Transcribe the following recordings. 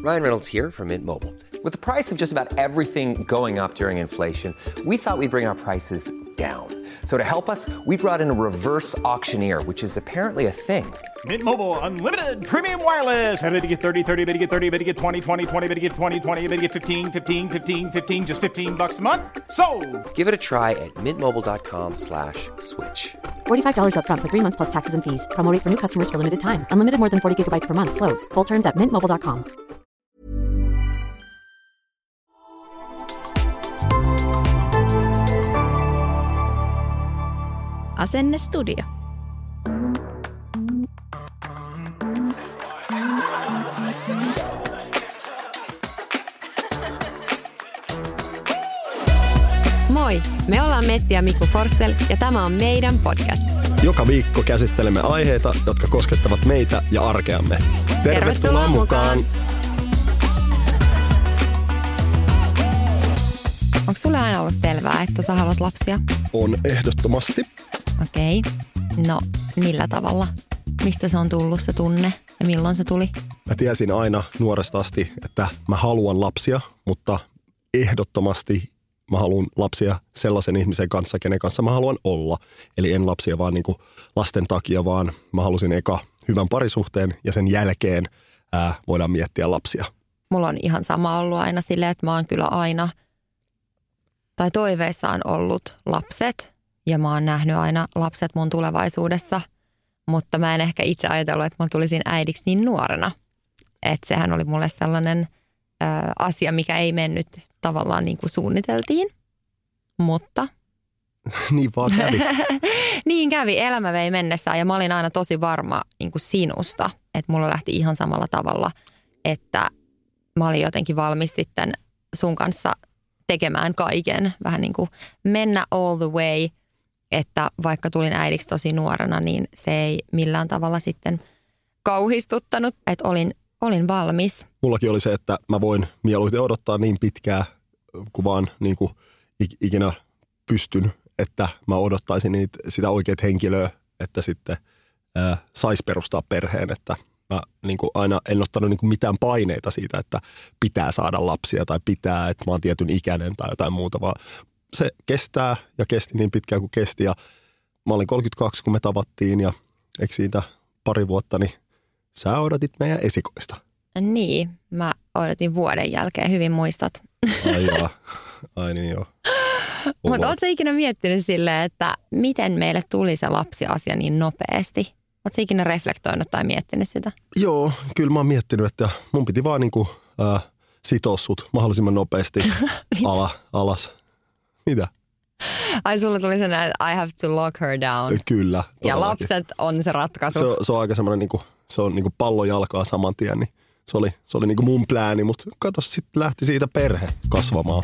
Ryan Reynolds here from Mint Mobile. With the price of just about everything going up during inflation, we thought we'd bring our prices down. So to help us, we brought in a reverse auctioneer, which is apparently a thing. Mint Mobile Unlimited Premium Wireless. How to get 30, 30, how to get 30, how to get 20, 20, 20, how to get 20, 20, how to get 15, 15, 15, 15, just $15 a month? Sold! Give it a try at mintmobile.com/switch. $45 up front for 3 months plus taxes and fees. Promo rate for new customers for limited time. Unlimited more than 40 gigabytes per month. Slows full terms at mintmobile.com. Asennestudio. Moi, me ollaan Metti ja Mikko Forsell ja tämä on meidän podcast. Joka viikko käsittelemme aiheita, jotka koskettavat meitä ja arkeamme. Tervetuloa mukaan! Onko sulle aina ollut selvää, että sä haluat lapsia? On ehdottomasti. Okei. No, millä tavalla? Mistä se on tullut se tunne ja milloin se tuli? Mä tiesin aina nuoresta asti, että mä haluan lapsia, mutta ehdottomasti mä haluan lapsia sellaisen ihmisen kanssa, kenen kanssa mä haluan olla. Eli en lapsia vaan niin kuin lasten takia, vaan mä halusin eka hyvän parisuhteen ja sen jälkeen voidaan miettiä lapsia. Mulla on ihan sama ollut aina silleen, että mä oon kyllä aina, tai toiveissa on ollut lapset ja mä oon nähnyt aina lapset mun tulevaisuudessa, mutta mä en ehkä itse ajatellut, että mä tulisin äidiksi niin nuorena. Että sehän oli mulle sellainen asia, mikä ei mennyt tavallaan niin kuin suunniteltiin, mutta niin vaan kävi. Niin kävi, elämä vei mennessään ja mä olin aina tosi varma niin kuin sinusta, että mulla lähti ihan samalla tavalla, että mä olin jotenkin valmis sitten sun kanssa tekemään kaiken, vähän niin kuin mennä all the way, että vaikka tulin äidiksi tosi nuorena, niin se ei millään tavalla sitten kauhistuttanut, että olin valmis. Mullakin oli se, että mä voin mieluiten odottaa niin pitkään, kun vaan niin kuin ikinä pystyn, että mä odottaisin sitä oikeat henkilöä, että sitten saisi perustaa perheen, että mä niin kuin aina en ottanut niin kuin mitään paineita siitä, että pitää saada lapsia tai pitää, että mä oon tietyn ikäinen tai jotain muuta, vaan se kestää ja kesti niin pitkään kuin kesti ja mä olin 32, kun me tavattiin ja eikö siitä pari vuotta, niin sä odotit meidän esikoista. Niin, mä odotin vuoden jälkeen, hyvin muistat. Ai joo, ai niin joo. Mutta ootko sä ikinä miettinyt silleen, että miten meille tuli se lapsiasia niin nopeasti? Ootko sä ikinä reflektoinut tai miettinyt sitä? Joo, kyllä mä oon miettinyt, että mun piti vaan niinku sitoa sut mahdollisimman nopeasti alas. Mitä? Ai sulla tuli sellainen, että I have to lock her down. Kyllä. Todellakin. Ja lapset on se ratkaisu. Se on aika semmoinen, niinku, se on niinku pallo jalkaa saman tien, niin se oli niinku mun plääni, mutta kato, sitten lähti siitä perhe kasvamaan.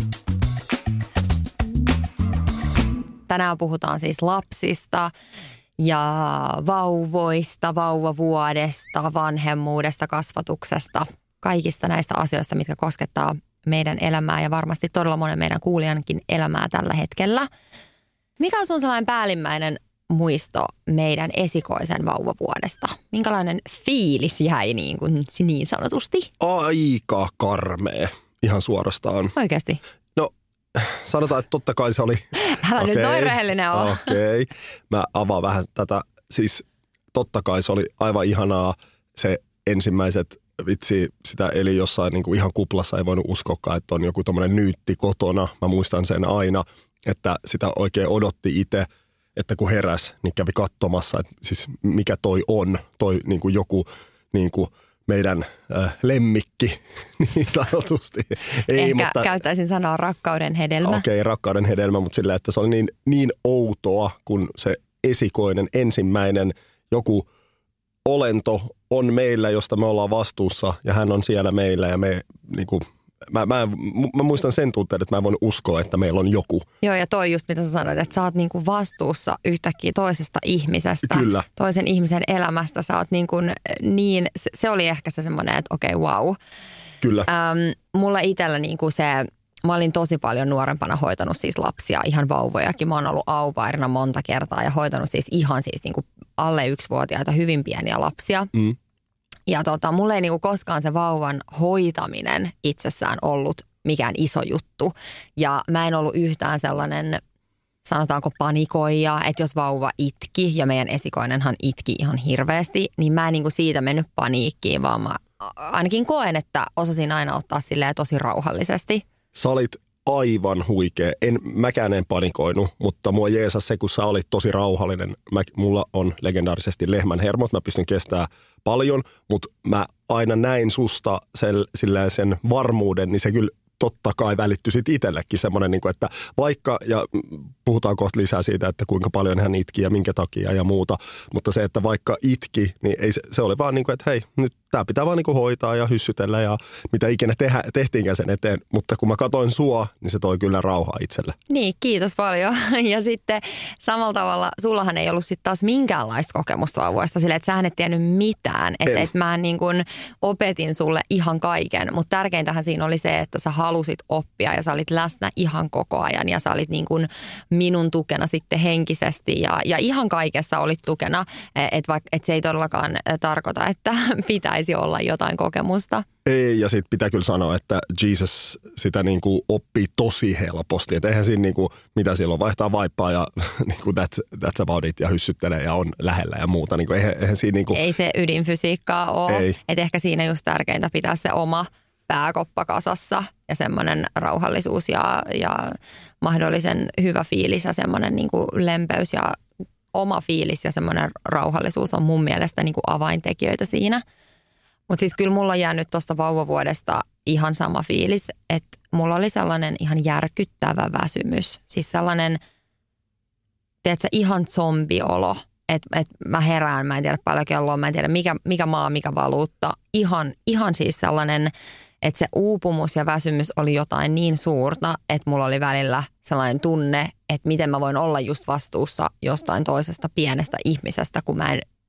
Tänään puhutaan siis lapsista ja vauvoista, vauvavuodesta, vanhemmuudesta, kasvatuksesta, kaikista näistä asioista, mitkä koskettaa meidän elämää ja varmasti todella monen meidän kuulijankin elämää tällä hetkellä. Mikä on sun sellainen päällimmäinen muisto meidän esikoisen vauvavuodesta? Minkälainen fiilis jäi niin sanotusti? Aika karmea, ihan suorastaan. Oikeasti? No, sanotaan, että totta kai se oli. Älä nyt noin rehellinen ole. Okei. Mä avaan vähän tätä. Siis totta kai se oli aivan ihanaa se ensimmäiset, vitsi, sitä eli jossain niin kuin ihan kuplassa, ei voinut uskoakaan, että on joku tommoinen nyytti kotona. Mä muistan sen aina, että sitä oikein odotti itse, että kun heräs, niin kävi katsomassa, että siis mikä toi on, toi niin kuin joku niin kuin meidän lemmikki, niin sanotusti. Ei, ehkä mutta käyttäisin sanoa rakkauden hedelmä. Okei, rakkauden hedelmä, mutta sillä, että se oli niin outoa, kun se esikoinen ensimmäinen joku olento on meillä, josta me ollaan vastuussa ja hän on siellä meillä ja me niin kuin, mä muistan sen tunteen, että mä en voinut uskoa, että meillä on joku. Joo, ja toi just mitä sä sanoit, että sä oot niin kuin vastuussa yhtäkkiä toisesta ihmisestä. Kyllä. Toisen ihmisen elämästä. Sä oot niin se oli ehkä se semmoinen, että okei, wow. Kyllä. Mulla itsellä niin kuin se, mä olin tosi paljon nuorempana hoitanut siis lapsia, ihan vauvojakin. Mä oon ollut aupairina monta kertaa ja hoitanut siis ihan siis niin kuin alle 1-vuotiaita hyvin pieniä lapsia. Ja mulla ei niinku koskaan se vauvan hoitaminen itsessään ollut mikään iso juttu. Ja mä en ollut yhtään sellainen, sanotaanko panikoija, että jos vauva itki, ja meidän esikoinenhan itki ihan hirveästi, niin mä en niinku siitä mennyt paniikkiin, vaan mä ainakin koen, että osasin aina ottaa silleen tosi rauhallisesti. Sä olit aivan huikea. Mäkään en panikoinut, mutta mua jeesas se, kun sä olit tosi rauhallinen. Mulla on legendaarisesti lehmän hermot, mä pystyn kestämään paljon, mutta mä aina näin susta sen varmuuden, niin se kyllä totta kai välittyi sitten itsellekin semmoinen, että vaikka, ja puhutaan kohta lisää siitä, että kuinka paljon hän itki ja minkä takia ja muuta, mutta se, että vaikka itki, niin ei se oli vaan että hei, nyt tämä pitää vaan hoitaa ja hyssytellä ja mitä ikinä tehtiinkään sen eteen, mutta kun mä katoin sua, niin se toi kyllä rauhaa itselle. Niin, kiitos paljon. Ja sitten samalla tavalla, sullahan ei ollut sitten taas minkäänlaista kokemusta vauvoista, silleen, että sähän et tiennyt mitään, että mä opetin sulle ihan kaiken, mutta tärkeintähän siinä oli se, että sä halusit oppia ja sä olit läsnä ihan koko ajan ja sä olit minun tukena sitten henkisesti ja ihan kaikessa olit tukena, että se ei todellakaan tarkoita, että pitäisi olla jotain kokemusta. Ei, ja sitten pitää kyllä sanoa, että Jesus sitä oppii tosi helposti. Että eihän siinä mitä siellä on, vaihtaa vaippaa ja that's about it ja hyssyttelee ja on lähellä ja muuta. Eihän siinä ei se ydinfysiikkaa ole. Että ehkä siinä just tärkeintä pitää se oma pääkoppa kasassa ja semmoinen rauhallisuus ja mahdollisen hyvä fiilis ja semmoinen lempeys ja oma fiilis ja semmoinen rauhallisuus on mun mielestä avaintekijöitä siinä. Mutta siis kyllä mulla on jäänyt tuosta vauvavuodesta ihan sama fiilis, että mulla oli sellainen ihan järkyttävä väsymys. Siis sellainen, tiedätkö, ihan zombiolo, että mä herään, mä en tiedä paljon kelloa, mä en tiedä mikä maa, mikä valuutta. Ihan siis sellainen, että se uupumus ja väsymys oli jotain niin suurta, että mulla oli välillä sellainen tunne, että miten mä voin olla just vastuussa jostain toisesta pienestä ihmisestä, kun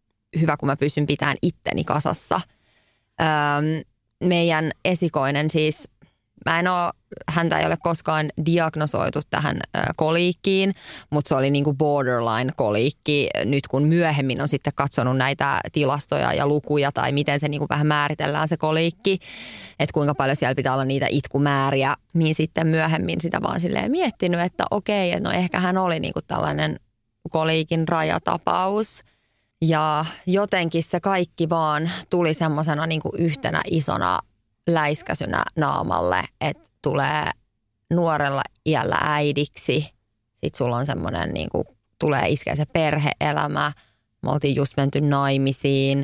mä pysyn pitämään itteni kasassa. Meidän esikoinen siis, häntä ei ole koskaan diagnosoitu tähän koliikkiin, mutta se oli borderline koliikki. Nyt kun myöhemmin on sitten katsonut näitä tilastoja ja lukuja tai miten se vähän määritellään se koliikki, että kuinka paljon siellä pitää olla niitä itkumääriä, niin sitten myöhemmin sitä vaan silleen miettinyt, että okei, että no ehkä hän oli tällainen koliikin rajatapaus. Ja jotenkin se kaikki vaan tuli semmoisena yhtenä isona läiskäsynä naamalle, että tulee nuorella iällä äidiksi. Sitten sulla on semmoinen, tulee iskeä se perhe-elämä. Me oltiin just menty naimisiin.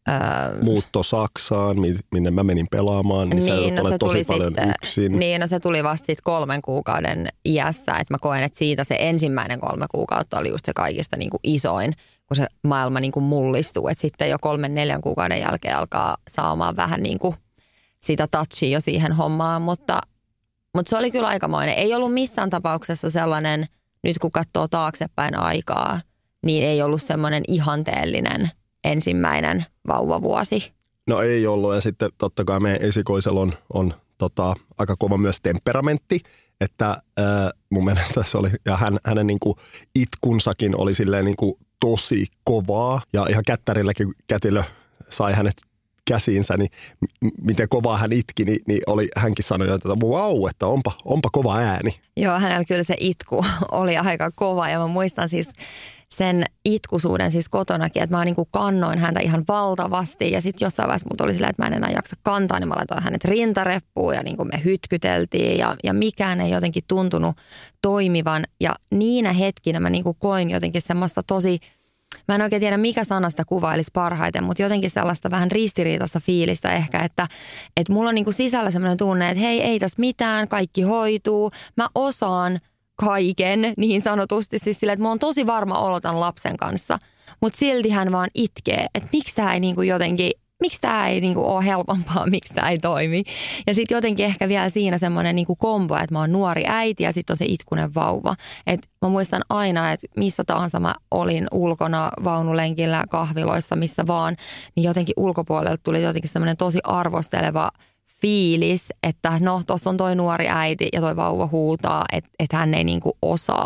Muutto Saksaan, minne mä menin pelaamaan, niin sä olet tosi paljon yksin. Niin, no se tuli vasta sitten 3 kuukauden iässä. Että mä koen, että siitä se ensimmäinen 3 kuukautta oli just se kaikista isoin, kun se maailma mullistuu. Että sitten jo 3-4 kuukauden jälkeen alkaa saamaan vähän sitä touchia jo siihen hommaan, mutta se oli kyllä aikamoinen. Ei ollut missään tapauksessa sellainen, nyt kun katsoo taaksepäin aikaa, niin ei ollut semmoinen ihanteellinen ensimmäinen vauvavuosi. No ei ollut, ja sitten totta kai meidän esikoisella on aika kova myös temperamentti, että mun mielestä se oli, ja hänen itkunsakin oli silleen tosi kovaa, ja ihan kättärilläkin kätilö sai hänet käsiinsä, niin miten kovaa hän itki, niin hänkin sanoi, että vau, että onpa kova ääni. Joo, hänellä kyllä se itku oli aika kova, ja mä muistan siis sen itkusuuden siis kotonakin, että mä kannoin häntä ihan valtavasti ja sitten jossain vaiheessa mut oli silleen, että mä en enää jaksa kantaa, niin mä laitoin hänet rintareppuun ja me hytkyteltiin ja mikään ei jotenkin tuntunut toimivan ja niinä hetkinä mä koin jotenkin semmoista tosi, mä en oikein tiedä mikä sanasta kuvailisi parhaiten, mutta jotenkin sellaista vähän ristiriitaista fiilistä ehkä, että mulla on sisällä semmoinen tunne, että hei ei tässä mitään, kaikki hoituu, mä osaan kaiken niin sanotusti, siis sillä, että mä oon tosi varma olo tämän lapsen kanssa, mutta silti hän vaan itkee, että miksi tämä ei miksi tämä ei ole helpompaa, miksi tämä ei toimi. Ja sitten jotenkin ehkä vielä siinä semmoinen kombo, että mä oon nuori äiti ja sitten on se itkunen vauva. Et mä muistan aina, että missä tahansa mä olin ulkona vaunulenkillä, kahviloissa, missä vaan, niin jotenkin ulkopuolelta tuli jotenkin semmoinen tosi arvosteleva fiilis, että no, tuossa on toi nuori äiti ja toi vauva huutaa, että hän ei osaa.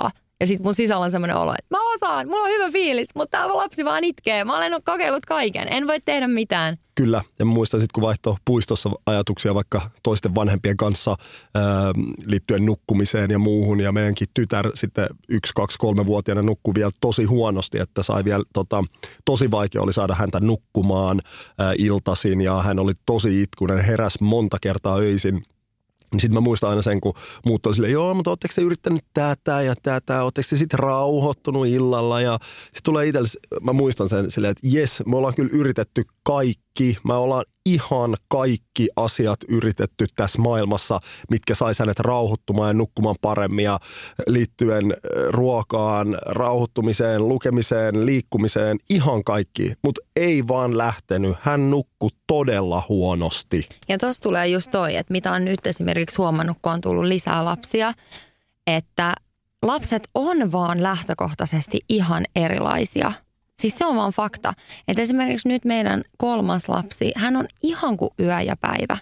Ja sit mun sisällä on semmoinen olo, että mä osaan, mulla on hyvä fiilis, mutta tää lapsi vaan itkee. Mä olen kokeillut kaiken, en voi tehdä mitään. Kyllä, ja mä muistan sitten, kun vaihtoi puistossa ajatuksia vaikka toisten vanhempien kanssa liittyen nukkumiseen ja muuhun, ja meidänkin tytär sitten 1, 2, 3-vuotiaana nukkui vielä tosi huonosti, että sai vielä tosi vaikea oli saada häntä nukkumaan iltaisin, ja hän oli tosi itkunen, heräsi monta kertaa öisin. Sitten mä muistan aina sen, kun muut oli silleen, joo, mutta ootteko te yrittänyt tätä ja tätä, ootteko te sitten rauhoittunut illalla ja sitten tulee itselle, mä muistan sen silleen, että jes, me ollaan kyllä yritetty kaikki, me ollaan ihan kaikki asiat yritetty tässä maailmassa, mitkä sais hänet rauhoittumaan ja nukkumaan paremmin ja liittyen ruokaan, rauhoittumiseen, lukemiseen, liikkumiseen, ihan kaikki, mutta ei vaan lähtenyt, hän nukkui todella huonosti. Ja tossa tulee just toi, että mitä on nyt esimerkiksi huomannut, kun on tullut lisää lapsia, että lapset on vaan lähtökohtaisesti ihan erilaisia. Siis se on vaan fakta, että esimerkiksi nyt meidän 3. lapsi, hän on ihan kuin yö ja päivä.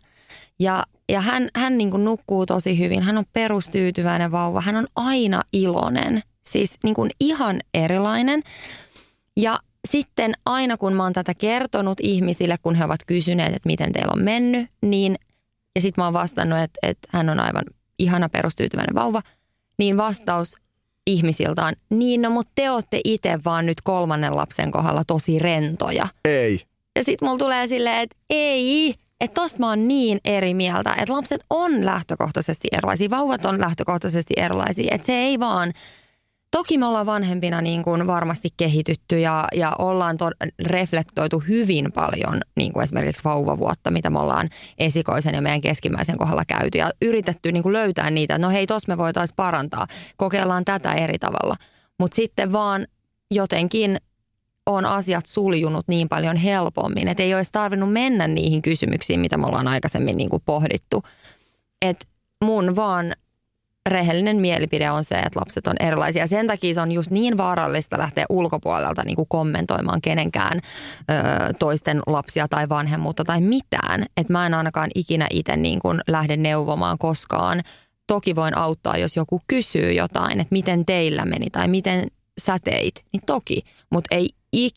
Ja hän niin kuin nukkuu tosi hyvin, hän on perustyytyväinen vauva, hän on aina iloinen, siis niin kuin ihan erilainen. Ja sitten aina kun mä oon tätä kertonut ihmisille, kun he ovat kysyneet, että miten teillä on mennyt, niin ja sitten mä oon vastannut, että hän on aivan ihana perustyytyväinen vauva, niin vastaus ihmisiltä on, niin no mutta te ootte itse vaan nyt 3. lapsen kohdalla tosi rentoja. Ei. Ja sit mulla tulee silleen, että ei, että tosta mä oon niin eri mieltä, että lapset on lähtökohtaisesti erilaisia, vauvat on lähtökohtaisesti erilaisia, että se ei vaan, toki me ollaan vanhempina niin kuin varmasti kehitytty ja ollaan reflektoitu hyvin paljon niin kuin esimerkiksi vauvavuotta, mitä me ollaan esikoisen ja meidän keskimmäisen kohdalla käyty ja yritetty niin kuin löytää niitä, että no hei, tossa me voitaisiin parantaa, kokeillaan tätä eri tavalla. Mutta sitten vaan jotenkin on asiat suljunut niin paljon helpommin, että ei olisi tarvinnut mennä niihin kysymyksiin, mitä me ollaan aikaisemmin niin kuin pohdittu. Että mun vaan rehellinen mielipide on se, että lapset on erilaisia. Sen takia se on just niin vaarallista lähteä ulkopuolelta niin kuin kommentoimaan kenenkään toisten lapsia tai vanhemmuutta tai mitään. Että mä en ainakaan ikinä itse niin kuin lähde neuvomaan koskaan. Toki voin auttaa, jos joku kysyy jotain, että miten teillä meni tai miten sä teit, niin toki. Mutta ei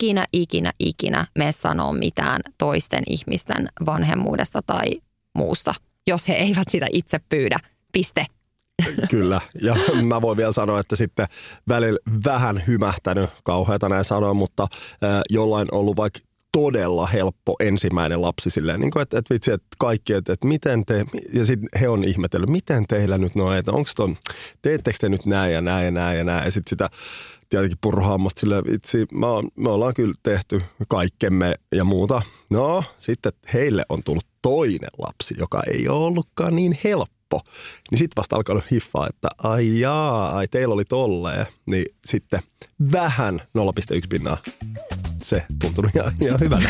ikinä mene sanoa mitään toisten ihmisten vanhemmuudesta tai muusta, jos he eivät sitä itse pyydä. Piste. Kyllä, ja mä voin vielä sanoa, että sitten välillä vähän hymähtänyt, kauheata näin sanoa, mutta jollain ollut vaikka todella helppo ensimmäinen lapsi silleen, niin kuin, että vitsi, että kaikki, että miten te, ja sitten he on ihmetellyt, miten teillä nyt noin, että onko tuon, teettekö te nyt näin ja näin ja näin ja näin, ja sitten sitä tietenkin purhaamasta silleen, vitsi, me ollaan kyllä tehty kaikkemme ja muuta. No, sitten heille on tullut toinen lapsi, joka ei ole ollutkaan niin helppo. Niin sitten vasta alkanut hiffaa, että ai teillä oli tolleen. Niin sitten vähän 0,1 pinnaa. Se tuntunut ihan hyvältä.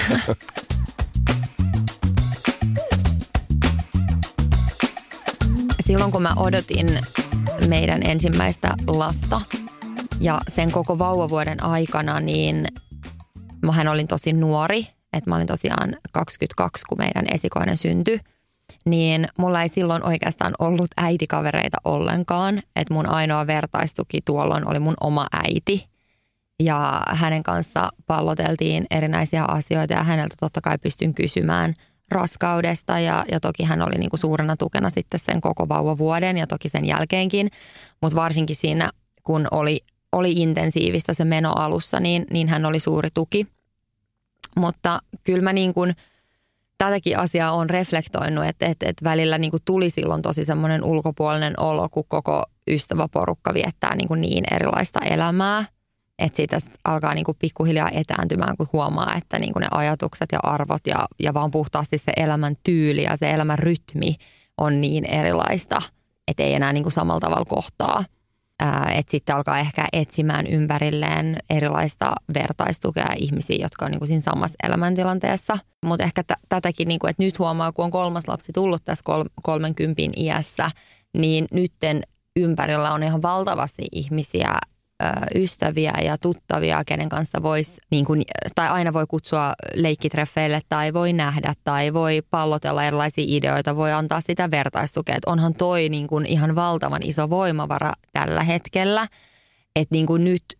Silloin kun mä odotin meidän ensimmäistä lasta ja sen koko vauvavuoden aikana, niin mähän olin tosi nuori. Että mä olin tosiaan 22, kun meidän esikoinen syntyi. Niin mulla ei silloin oikeastaan ollut äitikavereita ollenkaan. Että mun ainoa vertaistuki tuolloin oli mun oma äiti. Ja hänen kanssa palloteltiin erinäisiä asioita ja häneltä totta kai pystyn kysymään raskaudesta. Ja toki hän oli niinku suurena tukena sitten sen koko vauvavuoden ja toki sen jälkeenkin. Mutta varsinkin siinä, kun oli intensiivistä se meno alussa, niin hän oli suuri tuki. Mutta kyllä mä niin kuin tätäkin asiaa on reflektoinut, että välillä niin kuin tuli silloin tosi semmoinen ulkopuolinen olo, kun koko ystäväporukka viettää niin erilaista elämää. Että siitä alkaa niin kuin pikkuhiljaa etääntymään, kun huomaa, että niin kuin ne ajatukset ja arvot ja vaan puhtaasti se elämän tyyli ja se elämän rytmi on niin erilaista, että ei enää niin kuin samalla tavalla kohtaa. Että sitten alkaa ehkä etsimään ympärilleen erilaista vertaistukea ihmisiä, jotka on niin kuin siinä samassa elämäntilanteessa. Mutta ehkä tätäkin, niin kuin, että nyt huomaa, kun on 3. lapsi tullut tässä 30 iässä, niin nytten ympärillä on ihan valtavasti ihmisiä, ystäviä ja tuttavia, kenen kanssa voisi, niin kuin, tai aina voi kutsua leikkitreffeille tai voi nähdä tai voi pallotella erilaisia ideoita, voi antaa sitä vertaistukea. Että onhan toi niin kuin ihan valtavan iso voimavara tällä hetkellä, että niin kuin nyt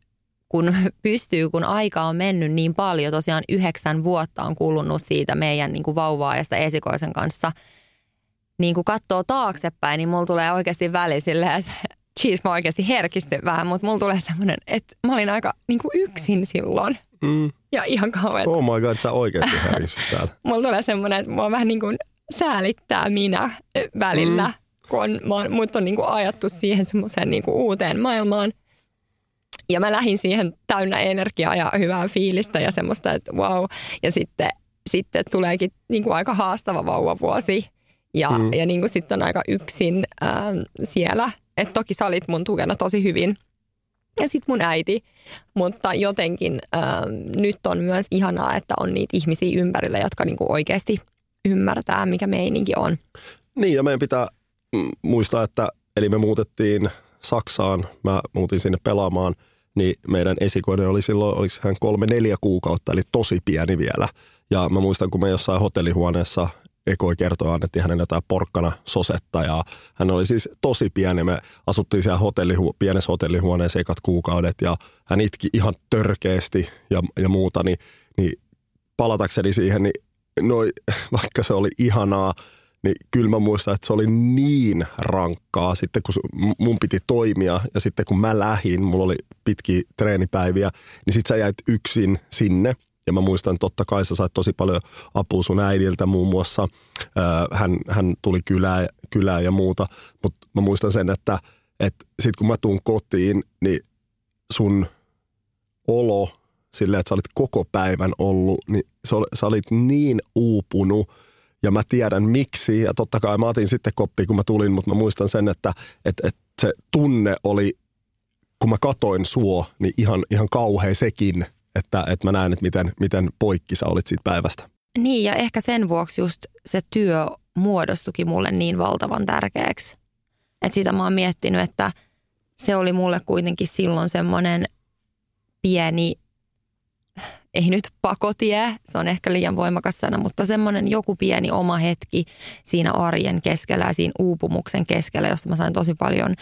kun aika on mennyt niin paljon, tosiaan 9 vuotta on kulunut siitä meidän niin kuin vauva-ajasta esikoisen kanssa, niin kun katsoo taaksepäin, niin mulla tulee oikeasti väli silleen, että mä oikeasti herkistyn vähän, mutta mulla tulee semmoinen, että mä olin aika niin kuin yksin silloin. Ja ihan kauhean. Oh my god, sä oikeasti herkistyt täällä. Mulla tulee semmoinen, että mua vähän niin kuin säälittää minä välillä, kun mut on niin kuin ajattu siihen semmoiseen niin kuin uuteen maailmaan. Ja mä lähdin siihen täynnä energiaa ja hyvää fiilistä ja semmoista, että wow. Ja sitten tuleekin niin kuin aika haastava vauvavuosi. Ja niin kuin sitten on aika yksin siellä. Että toki sä olit mun tukena tosi hyvin. Ja sitten mun äiti. Mutta jotenkin nyt on myös ihanaa, että on niitä ihmisiä ympärillä, jotka niin kuin oikeasti ymmärtää, mikä meininki on. Niin, ja meidän pitää muistaa, että eli me muutettiin Saksaan. Mä muutin sinne pelaamaan. Niin meidän esikoinen oli silloin, oliko hän 3-4 kuukautta, eli tosi pieni vielä. Ja mä muistan, kun me jossain hotellihuoneessa Ekoi kertoi, annettiin hänelle jotain porkkana sosetta ja hän oli siis tosi pieni. Me asuttiin siellä pienessä hotellihuoneessa ekat kuukaudet ja hän itki ihan törkeästi ja muuta. Niin palatakseni siihen, niin vaikka se oli ihanaa, niin kyllä mä muistan, että se oli niin rankkaa sitten, kun mun piti toimia ja sitten kun mä lähdin, mulla oli pitkiä treenipäiviä, niin sit sä jäit yksin sinne. Ja mä muistan, totta kai sä sait tosi paljon apua sun äidiltä muun muassa. Hän tuli kylään ja muuta, mutta mä muistan sen, että sit kun mä tuun kotiin, niin sun olo silleen, että sä olit koko päivän ollut, niin sä olit niin uupunut. Ja mä tiedän miksi, ja totta kai mä otin sitten koppia, kun mä tulin, mutta mä muistan sen, että se tunne oli, kun mä katoin sua, niin ihan kauhea sekin, että mä näen, että miten poikki sä olit siitä päivästä. Niin, ja ehkä sen vuoksi just se työ muodostukin mulle niin valtavan tärkeäksi. Että sitä mä oon miettinyt, että se oli mulle kuitenkin silloin semmoinen pieni, ei nyt pakotie, se on ehkä liian voimakas sana, mutta semmoinen joku pieni oma hetki siinä arjen keskellä ja siinä uupumuksen keskellä, josta mä sain tosi paljon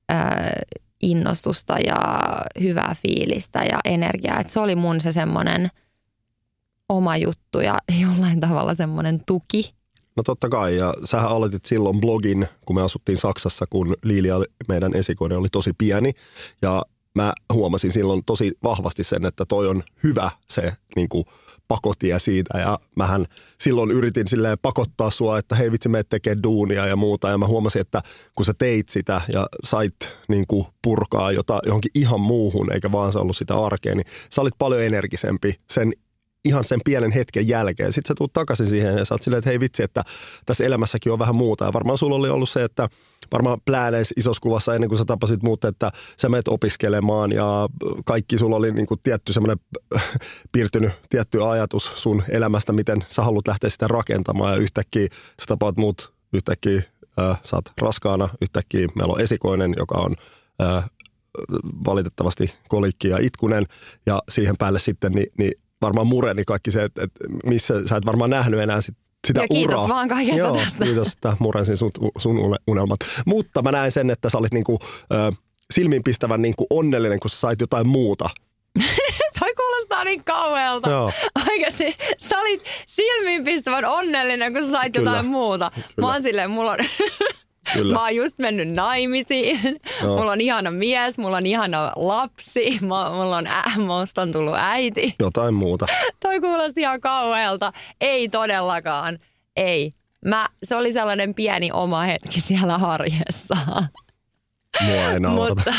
innostusta ja hyvää fiilistä ja energiaa. Että se oli mun se semmoinen oma juttu ja jollain tavalla semmoinen tuki. No totta kai, ja sähän aloitit silloin blogin, kun me asuttiin Saksassa, kun Liilia, meidän esikoinen, oli tosi pieni. Ja mä huomasin silloin tosi vahvasti sen, että toi on hyvä se niin kuin pakotie siitä. Ja mähän silloin yritin silleen pakottaa sua, että hei vitsi, meet tekee duunia ja muuta. Ja mä huomasin, että kun sä teit sitä ja sait niin kuin purkaa johonkin ihan muuhun, eikä vaan se ollut sitä arkea, niin sä olit paljon energisempi ihan sen pienen hetken jälkeen. Sitten sä tuut takaisin siihen ja sä oot silleen, että hei vitsi, että tässä elämässäkin on vähän muuta. Ja varmaan sulla oli ollut se, että varmaan plääneissä isossa kuvassa ennen kuin sä tapasit muut, että sä menet opiskelemaan ja kaikki sulla oli niin kuin tietty semmoinen piirtynyt tietty ajatus sun elämästä, miten sä haluat lähteä sitä rakentamaan ja yhtäkkiä sä tapaat muut, yhtäkkiä sä oot raskaana, yhtäkkiä meillä on esikoinen, joka on valitettavasti kolikki ja itkunen ja siihen päälle sitten niin varmaan mureni kaikki se, että missä sä et varmaan nähnyt enää sitä ja kiitos uraa. Vaan kaikesta Joo, tästä. Kiitos, että murensin sun unelmat. Mutta mä näin sen, että sä olit niinku, silmiinpistävän niinku onnellinen, kun sä sait jotain muuta. Toi kuulostaa niin kauhealta. Joo. Oikeasti, sä olit silmiinpistävän onnellinen, kun sä sait jotain muuta. Kyllä. Mä oon silleen, mulla on... Mä oon just mennyt naimisiin, mulla on ihana mies, mulla on ihana lapsi, musta on tullut äiti. Jotain muuta. Toi kuulosti ihan kauhealta. Ei todellakaan, ei. Se oli sellainen pieni oma hetki siellä arjessa. Mua ei naurata.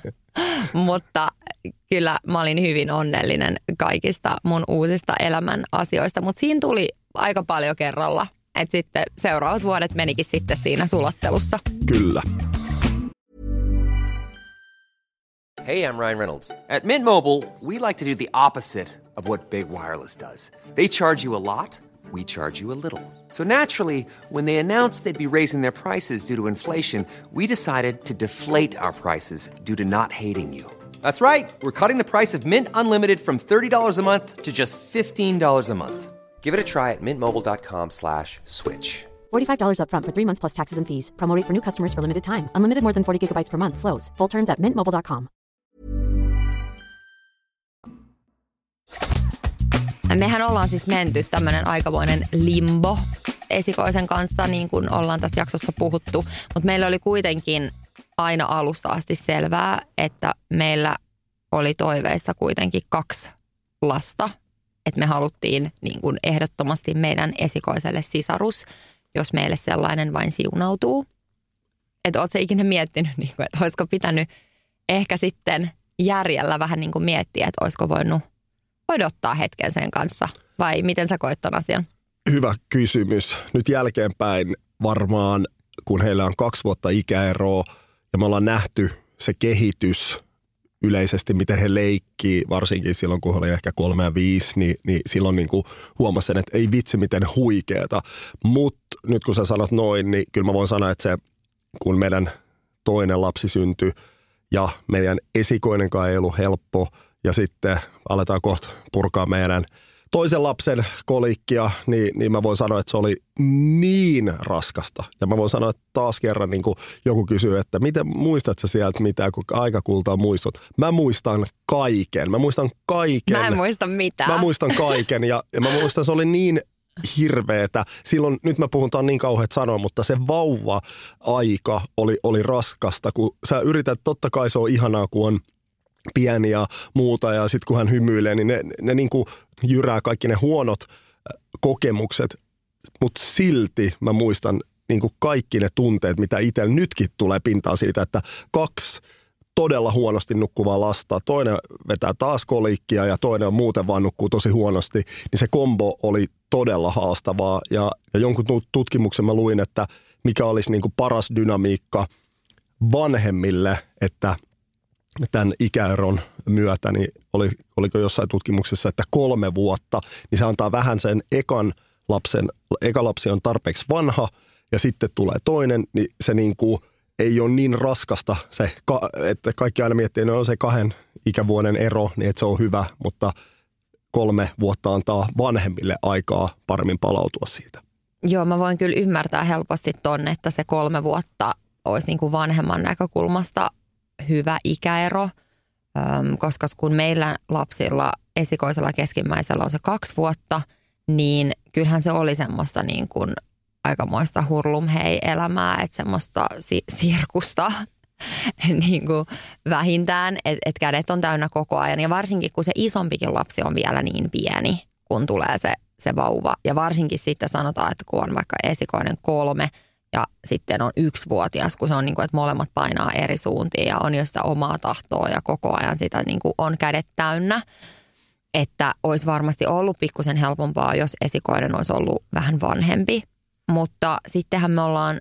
Mutta kyllä mä olin hyvin onnellinen kaikista mun uusista elämän asioista, mutta siinä tuli aika paljon kerralla. Että sitten seuraavat vuodet menikin sitten siinä sulattelussa. Kyllä. Hey, I'm Ryan Reynolds. At Mint Mobile, we like to do the opposite of what Big Wireless does. They charge you a lot, we charge you a little. So naturally, when they announced they'd be raising their prices due to inflation, we decided to deflate our prices due to not hating you. That's right. We're cutting the price of Mint Unlimited from $30 a month to just $15 a month. Give it a try at mintmobile.com/switch. $45 up front for 3 months plus taxes and fees. Promo rate for new customers for limited time. Unlimited more than 40 gigabytes per month slows. Full terms at mintmobile.com. Mehän ollaan siis menty tämmöinen aikamoinen limbo esikoisen kanssa, niin kuin ollaan tässä jaksossa puhuttu. Mutta meillä oli kuitenkin aina alusta asti selvää, että meillä oli toiveissa kuitenkin 2 lasta. Että me haluttiin niin kuin ehdottomasti meidän esikoiselle sisarus, jos meille sellainen vain siunautuu. Että ootko sä ikinä miettinyt, niin kuin, että olisiko pitänyt ehkä sitten järjellä vähän niin kuin miettiä, että olisiko voinut odottaa hetken sen kanssa? Vai miten sä koet ton asian? Hyvä kysymys. Nyt jälkeenpäin varmaan, kun heillä on 2 vuotta ikäeroa ja me ollaan nähty se kehitys yleisesti, miten he leikkii, varsinkin silloin, kun he oli ehkä 3 ja 5, niin silloin niin kuin huomasin sen, että ei vitsi, miten huikeeta. Mutta nyt kun sä sanot noin, niin kyllä mä voin sanoa, että se, kun meidän toinen lapsi syntyi ja meidän esikoinenkaan ei ollut helppo ja sitten aletaan kohta purkaa meidän toisen lapsen kolikkia, niin mä voin sanoa, että se oli niin raskasta. Ja mä voin sanoa, että taas kerran niin kuin joku kysyy, että miten muistat sä sieltä mitään, kun aikakultaa muistot. Mä muistan kaiken. Mä en muista mitään. Mä muistan kaiken ja mä muistan, se oli niin hirveetä. Silloin, nyt mä puhun, tää on niin kauheat sanoa, mutta se vauva-aika oli raskasta, kun sä yrität, totta kai se on ihanaa, kun on pieni ja muuta ja sitten kun hän hymyilee, niin ne niin kuin jyrää kaikki ne huonot kokemukset, mutta silti mä muistan niin kuin kaikki ne tunteet, mitä itsellä nytkin tulee pintaan siitä, että 2 todella huonosti nukkuvaa lasta, toinen vetää taas kolikkia ja toinen on muuten vaan nukkuu tosi huonosti, niin se kombo oli todella haastavaa ja jonkun tutkimuksen mä luin, että mikä olisi niin kuin paras dynamiikka vanhemmille, että tämän ikäeron myötä, niin oliko jossain tutkimuksessa, että 3 vuotta, niin se antaa vähän sen eka lapsi on tarpeeksi vanha ja sitten tulee toinen, niin se niin kuin ei ole niin raskasta se, että kaikki aina miettii, että on se 2 ikävuoden ero, niin että se on hyvä, mutta 3 vuotta antaa vanhemmille aikaa paremmin palautua siitä. Joo, mä voin kyllä ymmärtää helposti ton, että se 3 vuotta olisi niin kuin vanhemman näkökulmasta hyvä ikäero, koska kun meillä lapsilla, esikoisella keskimmäisellä on se 2 vuotta, niin kyllähän se oli semmoista niin kuin aikamoista hurlumhei-elämää, että semmoista sirkusta niin kuin vähintään, että kädet on täynnä koko ajan. Ja varsinkin, kun se isompikin lapsi on vielä niin pieni, kun tulee se vauva. Ja varsinkin sitten sanotaan, että kun on vaikka esikoinen 3 ja sitten on 1-vuotias, kun se on niin kuin, että molemmat painaa eri suuntiin ja on jo sitä omaa tahtoa ja koko ajan sitä niin kuin on kädet täynnä. Että olisi varmasti ollut pikkusen helpompaa, jos esikoinen olisi ollut vähän vanhempi. Mutta sittenhän me ollaan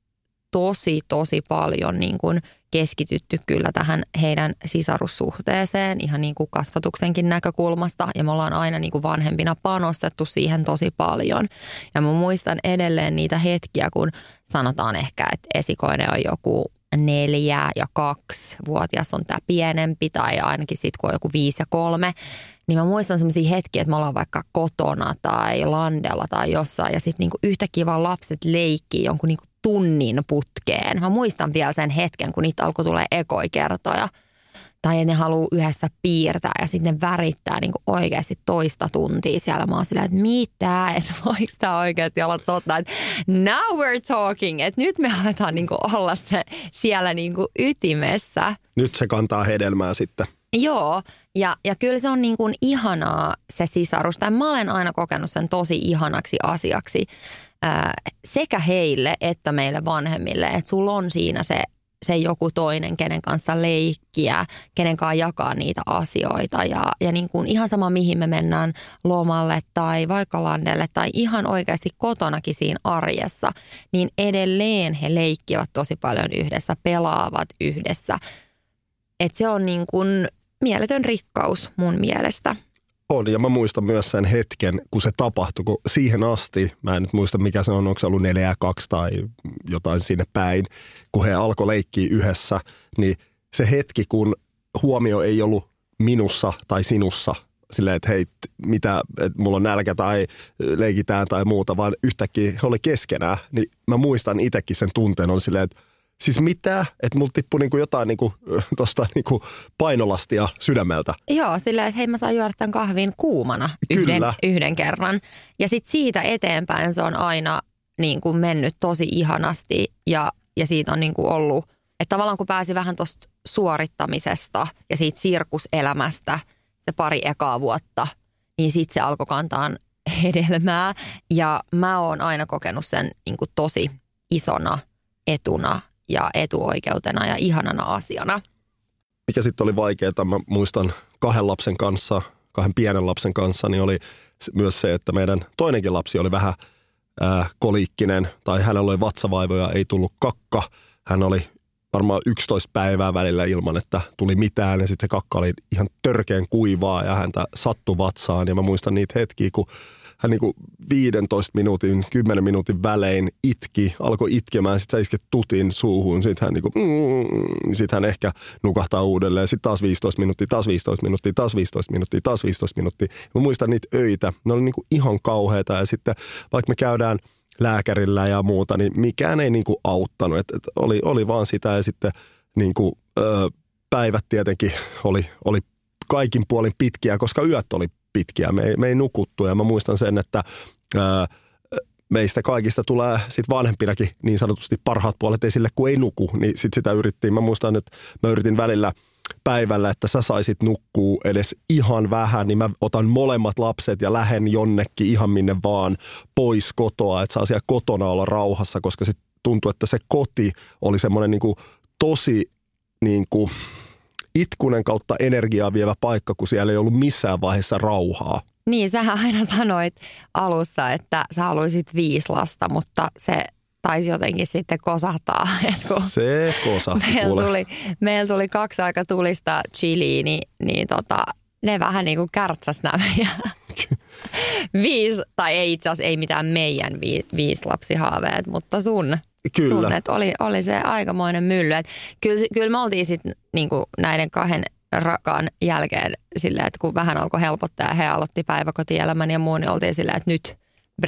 tosi paljon niin kuin keskitytty kyllä tähän heidän sisarussuhteeseen ihan niin kuin kasvatuksenkin näkökulmasta. Ja me ollaan aina niin kuin vanhempina panostettu siihen tosi paljon. Ja mä muistan edelleen niitä hetkiä, kun sanotaan ehkä, että esikoinen on joku 4 ja 2-vuotias on tämä pienempi tai ainakin sitten kun on joku 5 ja 3. Niin mä muistan semmoisia hetkiä, että me ollaan vaikka kotona tai landella tai jossain ja sitten niinku yhtäkkiä vaan lapset leikkii jonkun niinku tunnin putkeen. Mä muistan vielä sen hetken, kun niitä alkoi tulee ekoikertoja. Tai ne haluaa yhdessä piirtää ja sitten ne värittää niinku oikeasti toista tuntia siellä. Mä oon silleen, että mitä, että voiko tämä oikeasti olla totta, että now we're talking, että nyt me aletaan niinku olla siellä niinku ytimessä. Nyt se kantaa hedelmää sitten. Joo, ja kyllä se on niin kuin ihanaa se sisarus. Tai mä olen aina kokenut sen tosi ihanaksi asiaksi sekä heille että meille vanhemmille. Että sulla on siinä se joku toinen, kenen kanssa leikkiä, kenen kanssa jakaa niitä asioita. Ja niin kuin ihan sama, mihin me mennään lomalle tai vaikka landelle tai ihan oikeasti kotonakin siinä arjessa, niin edelleen he leikkivät tosi paljon yhdessä, pelaavat yhdessä. Että se on niin kuin mieletön rikkaus mun mielestä. On, ja mä muistan myös sen hetken, kun se tapahtui, kun siihen asti, mä en nyt muista mikä se on, onko se ollut 4 ja 2 tai jotain sinne päin, kun he alkoi leikkiä yhdessä, niin se hetki, kun huomio ei ollut minussa tai sinussa, silleen, että hei, mitä, että mulla on nälkä tai leikitään tai muuta, vaan yhtäkkiä he oli keskenään, niin mä muistan itsekin sen tunteen, on silleen, että Siis mitä? Että mulla tippui niinku jotain niinku, tosta niinku painolastia sydämeltä. Joo, silleen, että hei mä saan juoda tämän kahvin kuumana yhden kerran. Ja sitten siitä eteenpäin se on aina niin kuin mennyt tosi ihanasti ja siitä on niin kuin ollut, että tavallaan kun pääsi vähän tuosta suorittamisesta ja siitä sirkuselämästä se pari ekaa vuotta, niin sitten se alkoi kantaa hedelmää. Ja mä oon aina kokenut sen niin kuin tosi isona etuna ja etuoikeutena ja ihanana asiana. Mikä sitten oli vaikeaa, mä muistan 2 pienen lapsen kanssa, niin oli myös se, että meidän toinenkin lapsi oli vähän koliikkinen tai hänellä oli vatsavaivoja, ei tullut kakka. Hän oli varmaan 11 päivää välillä ilman, että tuli mitään ja sitten se kakka oli ihan törkeän kuivaa ja häntä sattui vatsaan. Ja mä muistan niitä hetkiä, kun hän niinku 15 minuutin, 10 minuutin välein alkoi itkemään, sitten sä isket tutin suuhun, sitten hän, sit hän ehkä nukahtaa uudelleen, sitten taas 15 minuuttia, taas 15 minuuttia, taas 15 minuuttia, taas 15 minuuttia. Mä muistan niitä öitä, ne oli niinku ihan kauheita ja sitten vaikka me käydään lääkärillä ja muuta, niin mikään ei niinku auttanut, että oli vaan sitä ja sitten niinku, päivät tietenkin oli kaikin puolin pitkiä, koska yöt oli pitkiä. Me ei nukuttu ja mä muistan sen, että meistä kaikista tulee sit vanhempinakin niin sanotusti parhaat puolet esille, kun ei nuku, niin sit sitä yrittiin. Mä muistan, että mä yritin välillä päivällä, että sä saisit nukkuu edes ihan vähän, niin mä otan molemmat lapset ja lähden jonnekin ihan minne vaan pois kotoa, että saa siellä kotona olla rauhassa, koska sit tuntui, että se koti oli semmoinen niinku tosi niinku itkunen kautta energiaa vievä paikka, kun siellä ei ollut missään vaiheessa rauhaa. Niin, sähän aina sanoit alussa, että sä haluaisit 5 lasta, mutta se taisi jotenkin sitten kosahtaa. Se kosahti. Meillä tuli 2 aika tulista chiliä, niin ne vähän niin kuin kärtsäs nämä meidän 5, tai ei itse asiassa ei mitään meidän 5 lapsihaaveet, mutta sun. Kyllä. Että oli se aikamoinen mylly. Että kyllä me oltiin sitten niinku näiden 2 rakaan jälkeen silleen, että kun vähän alkoi helpottaa ja he aloitti päiväkotielämän ja muu, niin oltiin silleen, että nyt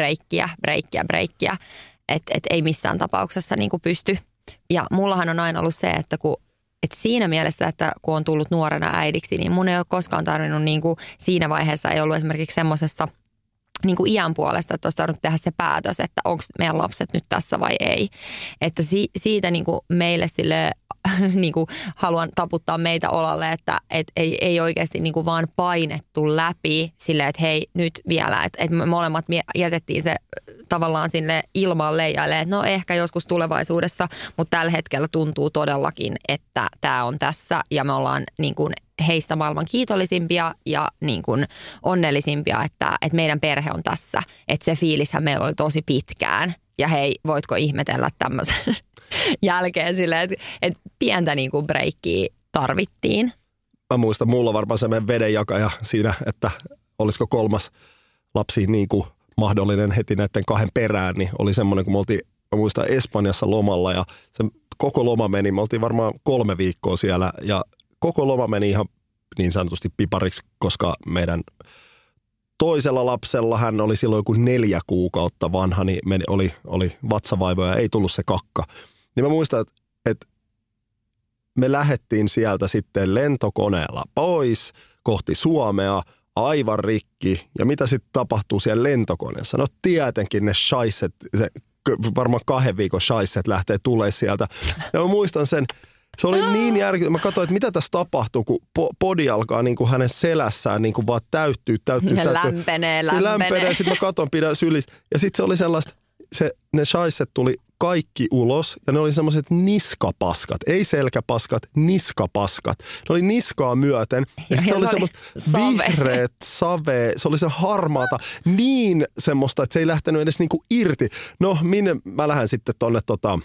breikkiä. Että ei missään tapauksessa niinku pysty. Ja mullahan on aina ollut se, että siinä mielessä, että kun on tullut nuorena äidiksi, niin mun ei ole koskaan tarvinnut niinku, siinä vaiheessa ei ollut esimerkiksi semmoisessa niin kuin iän puolesta, että olisi tarvinnut tehdä se päätös, että onko meidän lapset nyt tässä vai ei. Että siitä niin kuin meille sille niin kuin haluan taputtaa meitä olalle, että ei oikeasti niin kuin vaan painettu läpi silleen, että hei nyt vielä, että me molemmat jätettiin se tavallaan sinne ilmaan leijailemaan, että no ehkä joskus tulevaisuudessa, mutta tällä hetkellä tuntuu todellakin, että tämä on tässä ja me ollaan niin kuin heistä maailman kiitollisimpia ja niin kuin onnellisimpia, että meidän perhe on tässä. Että se fiilishän meillä oli tosi pitkään. Ja hei, voitko ihmetellä tämmöisen jälkeen silleen, että pientä niin kuin breikkiä tarvittiin. Mä muistan, mulla varmaan semmoinen vedenjakaja siinä, että olisiko 3. lapsi niin kuin mahdollinen heti näiden 2 perään, niin oli semmoinen, kun me oltiin, mä muistan, Espanjassa lomalla ja se koko loma meni, me oltiin varmaan 3 viikkoa siellä ja koko loma meni ihan niin sanotusti pipariksi, koska meidän toisella lapsella, hän oli silloin joku 4 kuukautta vanha, niin oli vatsavaivoja, ei tullut se kakka. Niin mä muistan, että me lähdettiin sieltä sitten lentokoneella pois kohti Suomea, aivan rikki. Ja mitä sitten tapahtuu siellä lentokoneessa? No tietenkin ne shaisset, varmaan 2 viikon shaisset lähtee tulee sieltä. Ja mä muistan sen, se oli niin järkyttävää. Mä katsoin, että mitä tässä tapahtuu, kun podi alkaa niin kuin hänen selässään niin kuin vaan täyttyy. Lämpenee. Sitten mä katson, pidän sylissä. Ja sitten se oli sellaista, ne shaisset tuli kaikki ulos ja ne oli semmoiset niskapaskat. Ei selkäpaskat, niskapaskat. Ne oli niskaa myöten. Ja sitten se oli semmoista vihreät save. Se oli se harmaata. Niin semmoista, että se ei lähtenyt edes niin kuin irti. No, minne mä lähden sitten tonne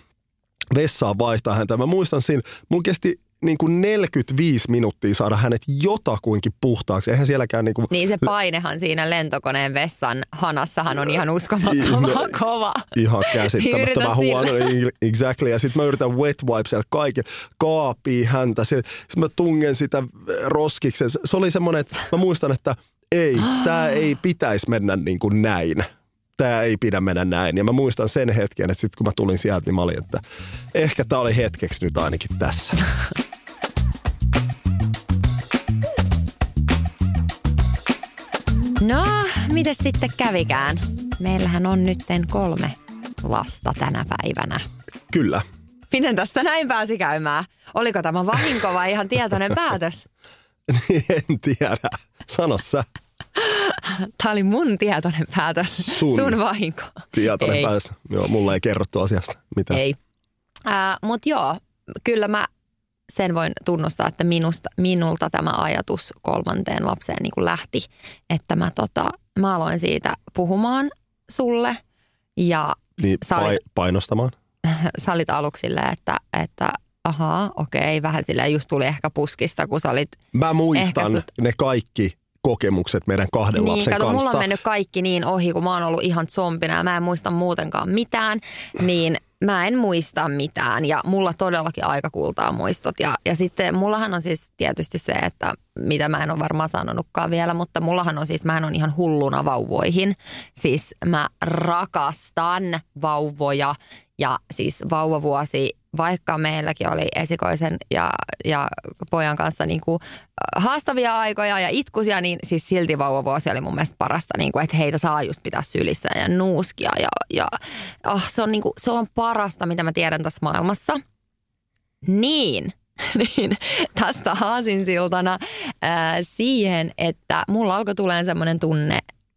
vessaan vaihtaa häntä. Mä muistan siinä, mulla kesti niin kuin 45 minuuttia saada hänet jotakuinkin puhtaaksi. Eihän sielläkään niin kuin... Niin se painehan siinä lentokoneen vessan hanassahan on ihan uskomattoman kova. Ihan käsittämättömän huono. Exactly. Ja sitten mä yritän wet wipesella kaiken. Kaapii häntä. Sitten mä tungen sitä roskiksi. Se oli semmoinen, että mä muistan, että tää ei pitäisi mennä niin kuin näin. tämä ei pidä mennä näin. Ja mä muistan sen hetken, että sitten kun mä tulin sieltä, niin mä olin, että ehkä tää oli hetkeksi nyt ainakin tässä. No, mites sitten kävikään? Meillähän on nytten 3 lasta tänä päivänä. Kyllä. Miten tästä näin pääsi käymään? Oliko tämä vahinko vai ihan tietoinen päätös? En tiedä. Sano sä. Tämä oli mun tietoinen päätös. Sun vahinko. Tietoinen päätös. Joo, mulla ei kerrottu asiasta mitään. Ei. Mutta joo, kyllä mä sen voin tunnustaa, että minulta tämä ajatus 3. lapseen niin kuin lähti. Että mä aloin siitä puhumaan sulle ja niin, painostamaan? Sä olit aluksi silleen, että ahaa, okei, vähän silleen just tuli ehkä puskista, kun sä olit... Mä muistan ne kaikki kokemukset meidän 2 lapsen kanssa. Mulla on mennyt kaikki niin ohi, kun mä oon ollut ihan zombina ja mä en muista muutenkaan mitään, niin mä en muista mitään ja mulla todellakin aika kultaa muistot. Ja sitten mullahan on siis tietysti se, että mitä mä en ole varmaan sanonutkaan vielä, mutta mullahan on siis, mä en ole ihan hulluna vauvoihin. Siis mä rakastan vauvoja ja siis vauvavuosi, vaikka meilläkin oli esikoisen ja pojan kanssa niin kuin haastavia aikoja ja itkusia, niin siis silti vauvavuosi oli mun mielestä parasta, niin kuin, että heitä saa just pitää sylissä ja nuuskia. Se on parasta, mitä mä tiedän tässä maailmassa. Niin tästä aasinsiltana siihen, että mulla alkoi tulemaan semmoinen tunne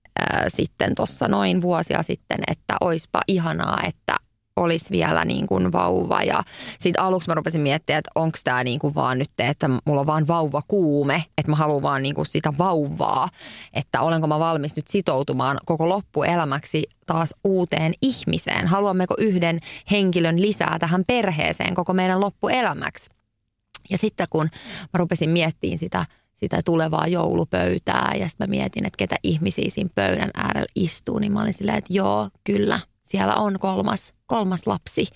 sitten tuossa noin vuosia sitten, että oispa ihanaa, että olisi vielä niin kuin vauva ja sitten aluksi mä rupesin miettimään, että onko tämä niin kuin vaan nyt, että mulla on vaan vauvakuume, että mä haluan vaan niin kuin sitä vauvaa, että olenko mä valmis nyt sitoutumaan koko loppuelämäksi taas uuteen ihmiseen. Haluammeko yhden henkilön lisää tähän perheeseen koko meidän loppuelämäksi. Ja sitten kun mä rupesin miettimään sitä tulevaa joulupöytää ja sitten mä mietin, että ketä ihmisiä siinä pöydän äärellä istuu, niin mä olin silleen, että joo, kyllä. Siellä on kolmas lapsi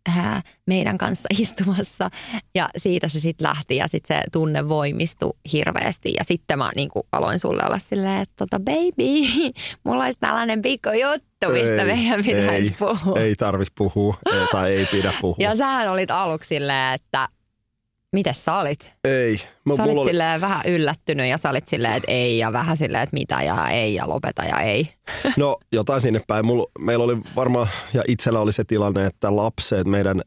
meidän kanssa istumassa ja siitä se sitten lähti ja sitten se tunne voimistui hirveästi. Ja sitten mä niin kuin aloin sulle olla silleen, että baby, mulla olisi tällainen pikku juttu, mistä meidän pitäisi puhua. Ei tarvitse puhua tai ei pidä puhua. Ja sähän olit aluksi silleen, että mites sä olit? Ei. Sä olit silleen vähän yllättynyt ja sä olit silleen, että ei ja vähän silleen, että mitä ja ei ja lopeta ja ei. No jotain sinne päin. Meillä oli varmaan ja itsellä oli se tilanne, että lapset, meidän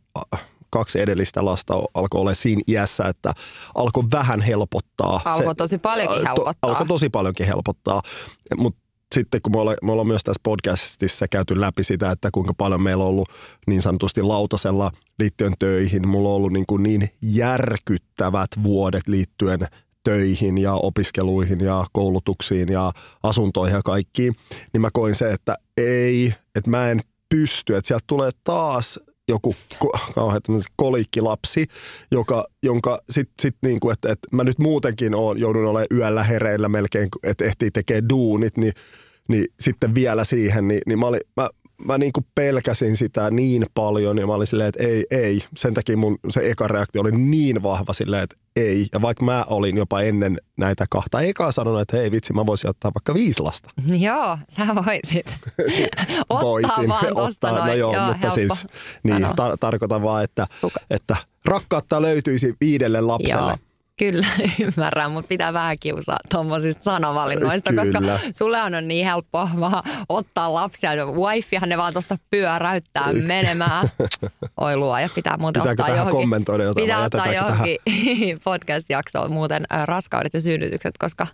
2 edellistä lasta alkoi olla siinä iässä, että alkoi vähän helpottaa. Alkoi tosi paljonkin helpottaa. Alkoi tosi paljonkin helpottaa, mutta sitten kun me ollaan myös tässä podcastissa käyty läpi sitä, että kuinka paljon meillä on ollut niin sanotusti lautasella liittyen töihin. Mulla on ollut niin järkyttävät vuodet liittyen töihin ja opiskeluihin ja koulutuksiin ja asuntoihin ja kaikkiin. Niin mä koin se, että että mä en pysty, että sieltä tulee taas joku kauhean kolikkilapsi, jonka sit niin kuin, että mä nyt muutenkin joudun olemaan yöllä hereillä melkein, että ehtii tekemään duunit, niin sitten vielä siihen, niin mä niin kuin pelkäsin sitä niin paljon ja mä olin silleen, että ei. Sen takia mun se eka reaktio oli niin vahva silleen, että ei. Ja vaikka mä olin jopa ennen näitä 2 ekaa sanonut, että hei vitsi, mä voisin ottaa vaikka 5 lasta. Joo, sä voisit. Ottaa vaan tosta noin. No joo, mutta helppo. Siis niin, tarkoitan vaan, että rakkautta löytyisi 5 lapselle. Joo. Kyllä, ymmärrän, mutta pitää vähän kiusaa tuommoisista sanavalinnoista, koska sulle on niin helppo vaan ottaa lapsia. Wifehan ne vaan tuosta pyöräyttää menemään. Oi luoja, pitää muuten pitääkö ottaa johonkin. Kommentoida jotain? Pitää ottaa johonkin podcast-jaksoon muuten raskaudet ja synnytykset, koska...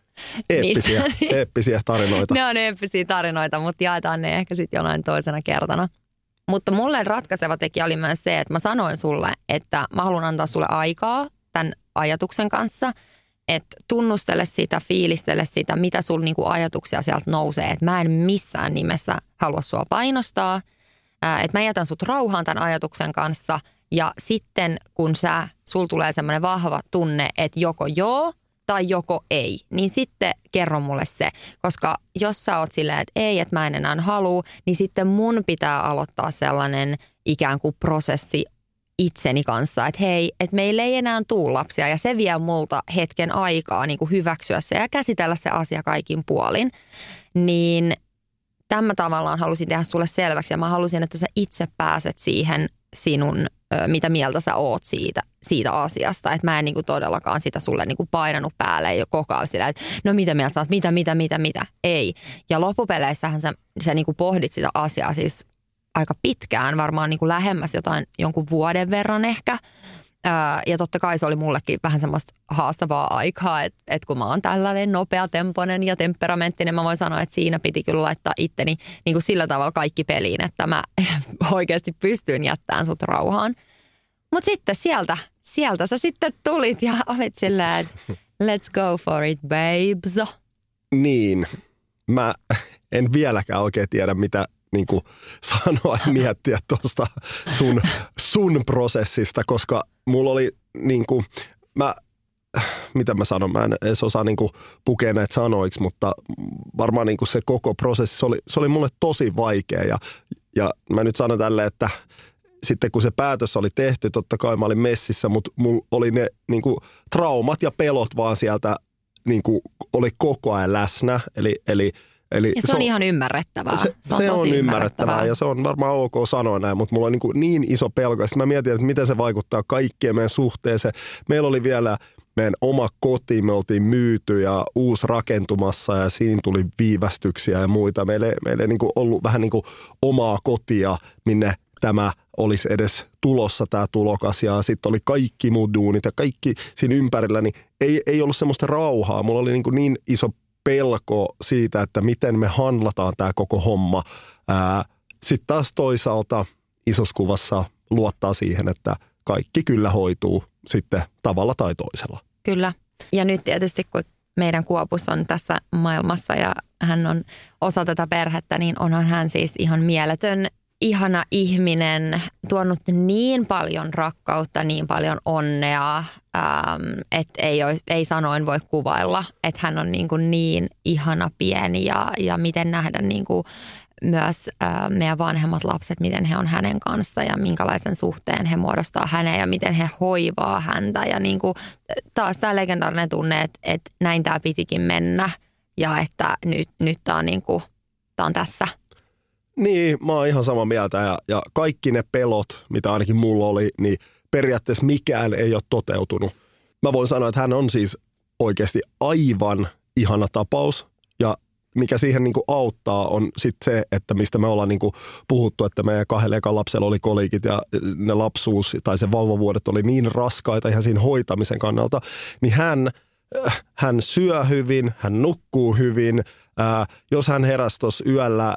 Eeppisiä tarinoita. Ne on eeppisiä tarinoita, mutta jaetaan ne ehkä sitten jonain toisena kertana. Mutta mulle ratkaiseva tekijä oli myös se, että mä sanoin sulle, että mä haluan antaa sulle aikaa tämän ajatuksen kanssa, että tunnustele sitä, fiilistele sitä, mitä sulla niinku ajatuksia sieltä nousee. Että mä en missään nimessä halua sua painostaa, että mä jätän sut rauhaan tämän ajatuksen kanssa ja sitten kun sul tulee semmoinen vahva tunne, että joko joo tai joko ei, niin sitten kerro mulle se. Koska jos sä oot silleen, että ei, että mä en enää halua, niin sitten mun pitää aloittaa sellainen ikään kuin prosessi itseni kanssa, että hei, että meillä ei enää tule lapsia ja se vie multa hetken aikaa niin kuin hyväksyä se ja käsitellä se asia kaikin puolin. Niin tämä tavallaan halusin tehdä sulle selväksi ja mä halusin, että sä itse pääset siihen sinun, mitä mieltä sä oot siitä asiasta. Että mä en niinku todellakaan sitä sulle niinku painanut päälle jo koko ajan sillä, että no mitä mieltä sä oot, mitä. Ei. Ja loppupeleissähän sä niinku pohdit sitä asiaa siis aika pitkään, varmaan niinku lähemmäs jonkun vuoden verran ehkä. Ja totta kai se oli mullekin vähän semmoista haastavaa aikaa, että kun mä oon tällainen nopeatempoinen ja temperamenttinen, mä voin sanoa, että siinä piti kyllä laittaa itteni niin kuin sillä tavalla kaikki peliin, että mä oikeasti pystyin jättämään sut rauhaan. Mutta sitten sieltä sä sitten tulit ja olit silleen, että let's go for it, babes. Niin, mä en vieläkään oikein tiedä, mitä niin kuin sanoa ja miettiä tuosta sun prosessista, koska mulla oli niin kuin, mitä mä sanon, mä en edes osaa niin kuin pukea näitä sanoiksi, mutta varmaan niin kuin se koko prosessi, se oli mulle tosi vaikea ja mä nyt sanon tälleen, että sitten kun se päätös oli tehty, totta kai mä olin messissä, mutta mulla oli ne niin kuin traumat ja pelot vaan sieltä niin kuin oli koko ajan läsnä, eli ja se on ihan ymmärrettävää. Se on ymmärrettävää ja se on varmaan ok sanoa näin, mutta mulla on niin iso pelko. Ja sitten mä mietin, että miten se vaikuttaa kaikkeen meidän suhteeseen. Meillä oli vielä meidän oma koti, me oltiin myyty ja uusi rakentumassa ja siinä tuli viivästyksiä ja muita. Meillä ei niin kuin ollut vähän niin kuin omaa kotia, minne tämä olisi edes tulossa tämä tulokas ja sitten oli kaikki muut duunit ja kaikki siinä ympärillä, niin ei ollut semmoista rauhaa. Mulla oli niin iso pelko siitä, että miten me handlataan tämä koko homma. Sitten taas toisaalta isossa kuvassa luottaa siihen, että kaikki kyllä hoituu sitten tavalla tai toisella. Kyllä. Ja nyt tietysti kun meidän Kuopus on tässä maailmassa ja hän on osa tätä perhettä, niin onhan hän siis ihan mieletön, ihana ihminen, tuonut niin paljon rakkautta, niin paljon onnea, että ei sanoin voi kuvailla, että hän on niin ihana pieni ja miten nähdä niin kuin myös meidän vanhemmat lapset, miten he on hänen kanssa ja minkälaisen suhteen he muodostaa häneen ja miten he hoivaa häntä. Ja niin kuin, taas tämä legendaarinen tunne, että näin tämä pitikin mennä ja että nyt tämä on, on tässä. Niin, mä oon ihan samaa mieltä ja kaikki ne pelot, mitä ainakin mulla oli, niin periaatteessa mikään ei ole toteutunut. Mä voin sanoa, että hän on siis oikeasti aivan ihana tapaus ja mikä siihen niin kuin auttaa on sitten se, että mistä me ollaan niin kuin puhuttu, että meidän 2 ekan lapsella oli kolikit ja ne lapsuus tai se vauvavuodet oli niin raskaita ihan siinä hoitamisen kannalta, niin hän syö hyvin, hän nukkuu hyvin. Jos hän heräsi tuossa yöllä,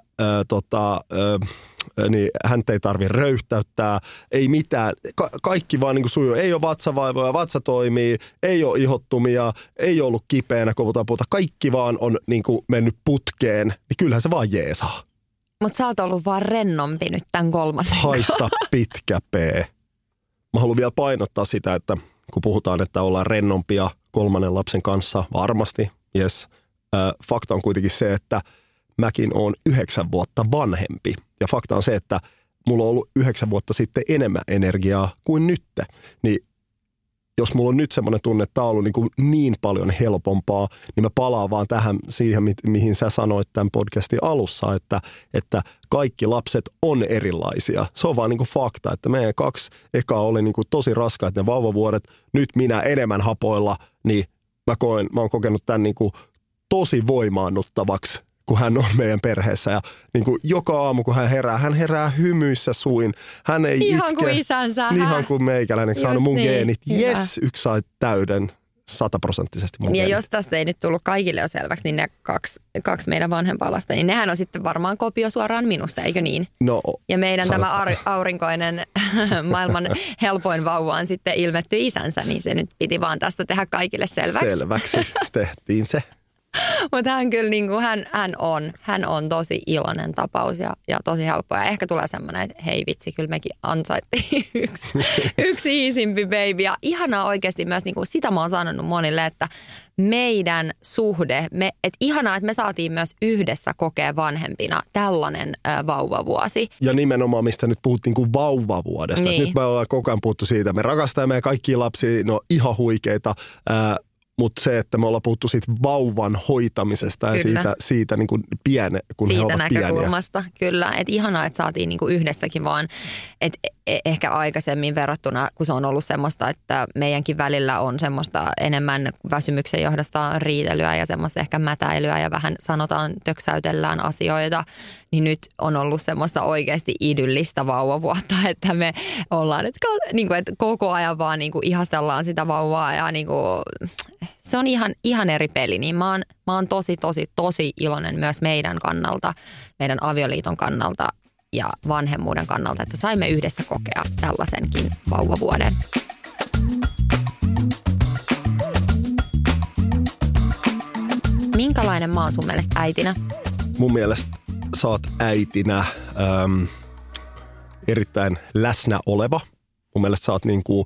niin häntä ei tarvitse röyhtäyttää, ei mitään. Kaikki vaan niin kuin sujuu. Ei ole vatsavaivoja, vatsa toimii, ei ole ihottumia, ei ollut kipeänä, kovutaan. Kaikki vaan on niin kuin mennyt putkeen, niin kyllähän se vaan jeesaa. Mutta sä oot ollut vaan rennompi nyt tämän 3. Haista pitkä P. Mä haluan vielä painottaa sitä, että kun puhutaan, että ollaan rennompia 3. lapsen kanssa, varmasti, yes. Fakta on kuitenkin se, että mäkin olen 9 vuotta vanhempi. Ja fakta on se, että mulla on ollut 9 vuotta sitten enemmän energiaa kuin nyt. Niin jos mulla on nyt semmoinen tunne, että tämä on ollut niin paljon helpompaa, niin mä palaan vaan siihen, mihin sä sanoit tämän podcastin alussa, että kaikki lapset on erilaisia. Se on vaan fakta, että meidän 2 ekaa oli tosi raskaat ne vauvavuodet. Nyt minä enemmän hapoilla, niin mä oon kokenut tämän tosi voimaannuttavaksi, kun hän on meidän perheessä. Ja joka aamu, kun hän herää hymyissä suin. Hän ei ihan itke. Kuin isänsä. Ihan kuin meikäläinen, saanut mun niin, geenit. Jes, yksi sai täyden 100% mun Ja geenit. jos tästä ei nyt tullut kaikille jo selväksi, niin ne kaksi meidän vanhempaa lasta, niin nehän on sitten varmaan kopio suoraan minusta, eikö niin? No, ja meidän tämä aurinkoinen maailman helpoin vauva on sitten ilmetty isänsä, niin se nyt piti vaan tästä tehdä kaikille selväksi. Selväksi tehtiin se. Mutta hän kyllä, hän on tosi iloinen tapaus ja tosi helppo. Ja ehkä tulee semmoinen, että hei vitsi, kyllä mekin ansaittiin yksi iisimpi baby. Ja ihanaa oikeasti myös, sitä mä oon sanonut monille, että meidän suhde, että ihanaa, että me saatiin myös yhdessä kokea vanhempina tällainen vauvavuosi. Ja nimenomaan, mistä nyt puhuttiin kuin vauvavuodesta. Niin. Nyt me ollaan koko ajan puhuttu siitä, me rakastamme kaikkia lapsia, ne on ihan huikeita. Mutta se, että me ollaan puhuttu siitä vauvan hoitamisesta ja siitä niin kuin kun siitä he ovat näkökulmasta, pieniä. Kyllä. Että ihanaa, että saatiin niin kuin yhdestäkin vaan. Että ehkä aikaisemmin verrattuna, kun se on ollut semmoista, että meidänkin välillä on semmoista enemmän väsymyksen johdosta riitelyä ja semmoista ehkä mätäilyä ja vähän sanotaan töksäytellään asioita, niin nyt on ollut semmoista oikeasti idyllistä vauvavuotta, että me ollaan, että koko ajan vaan niin kuin ihastellaan sitä vauvaa ja niin kuin, se on ihan eri peli, niin mä oon tosi iloinen myös meidän kannalta, meidän avioliiton kannalta ja vanhemmuuden kannalta, että saimme yhdessä kokea tällaisenkin vauvavuoden. Minkälainen mä oon sun mielestä äitinä? Mun mielestä sä oot äitinä erittäin läsnä oleva. Mun mielestä sä oot niinku,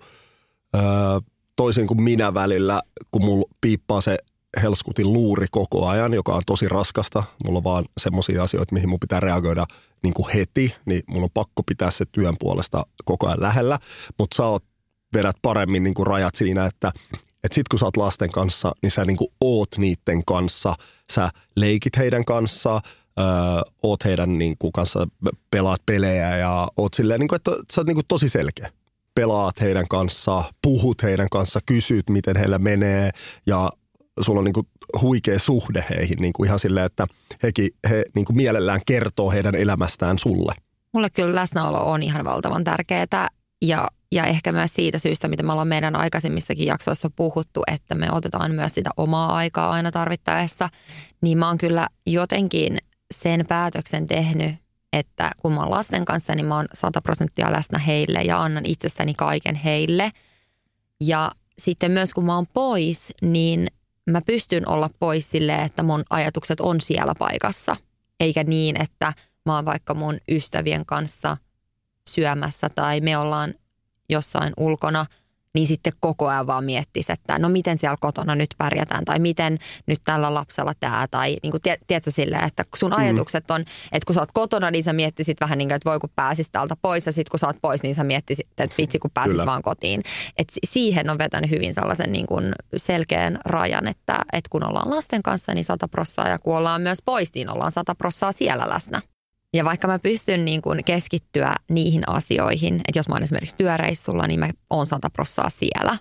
toisin kuin minä välillä, kun mulla piippaa se helskutin luuri koko ajan, joka on tosi raskasta. Mulla on vaan semmoisia asioita, mihin mun pitää reagoida niin kuin heti, niin mulla on pakko pitää se työn puolesta koko ajan lähellä. Mutta sä vedät paremmin niin kuin rajat siinä, että sit kun sä oot lasten kanssa, niin sä niin kuin oot niiden kanssa. Sä leikit heidän kanssa, oot heidän niin kuin kanssa, pelaat pelejä ja oot silleen, niin kuin, että sä oot niin kuin tosi selkeä. Pelaat heidän kanssa, puhut heidän kanssa, kysyt, miten heillä menee ja sulla on niin kuin huikea suhde heihin niin kuin ihan silleen, että he niin kuin mielellään kertoo heidän elämästään sulle. Mulle kyllä läsnäolo on ihan valtavan tärkeää ja ehkä myös siitä syystä, mitä me ollaan meidän aikaisemmissakin jaksoissa puhuttu, että me otetaan myös sitä omaa aikaa aina tarvittaessa, niin mä oon kyllä jotenkin sen päätöksen tehnyt, että kun mä oon lasten kanssa, niin mä oon 100% läsnä heille ja annan itsestäni kaiken heille. Ja sitten myös kun mä oon pois, niin mä pystyn olla pois silleen, että mun ajatukset on siellä paikassa. Eikä niin, että mä oon vaikka mun ystävien kanssa syömässä tai me ollaan jossain ulkona, niin sitten koko ajan vaan miettisi, että no miten siellä kotona nyt pärjätään tai miten nyt tällä lapsella tämä tai niin kuin tiedätkö silleen, että sun ajatukset on, että kun sä oot kotona, niin sä miettisit vähän niin kuin, että voi kun pääsis täältä pois ja sitten kun sä oot pois, niin sä miettisit, että vitsi kun pääsis vaan kotiin. Että siihen on vetänyt hyvin sellaisen niin kuin selkeän rajan, että kun ollaan lasten kanssa, niin 100% ja kun ollaan myös pois, niin ollaan 100% siellä läsnä. Ja vaikka mä pystyn niin kuin keskittyä niihin asioihin, että jos mä oon esimerkiksi työreissulla, niin mä oon 100% siellä.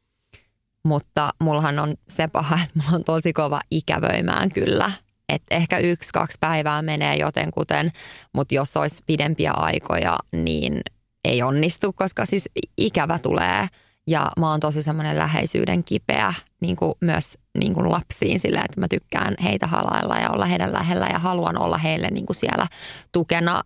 Mutta mullahan on se paha, että mä oon tosi kova ikävöimään kyllä. Että ehkä 1-2 päivää menee jotenkuten, mutta jos olisi pidempiä aikoja, niin ei onnistu, koska siis ikävä tulee. Ja mä oon tosi semmoinen läheisyyden kipeä niin kuin myös niin kuin lapsiin sillä, että mä tykkään heitä halailla ja olla heidän lähellä ja haluan olla heille niin kuin siellä tukena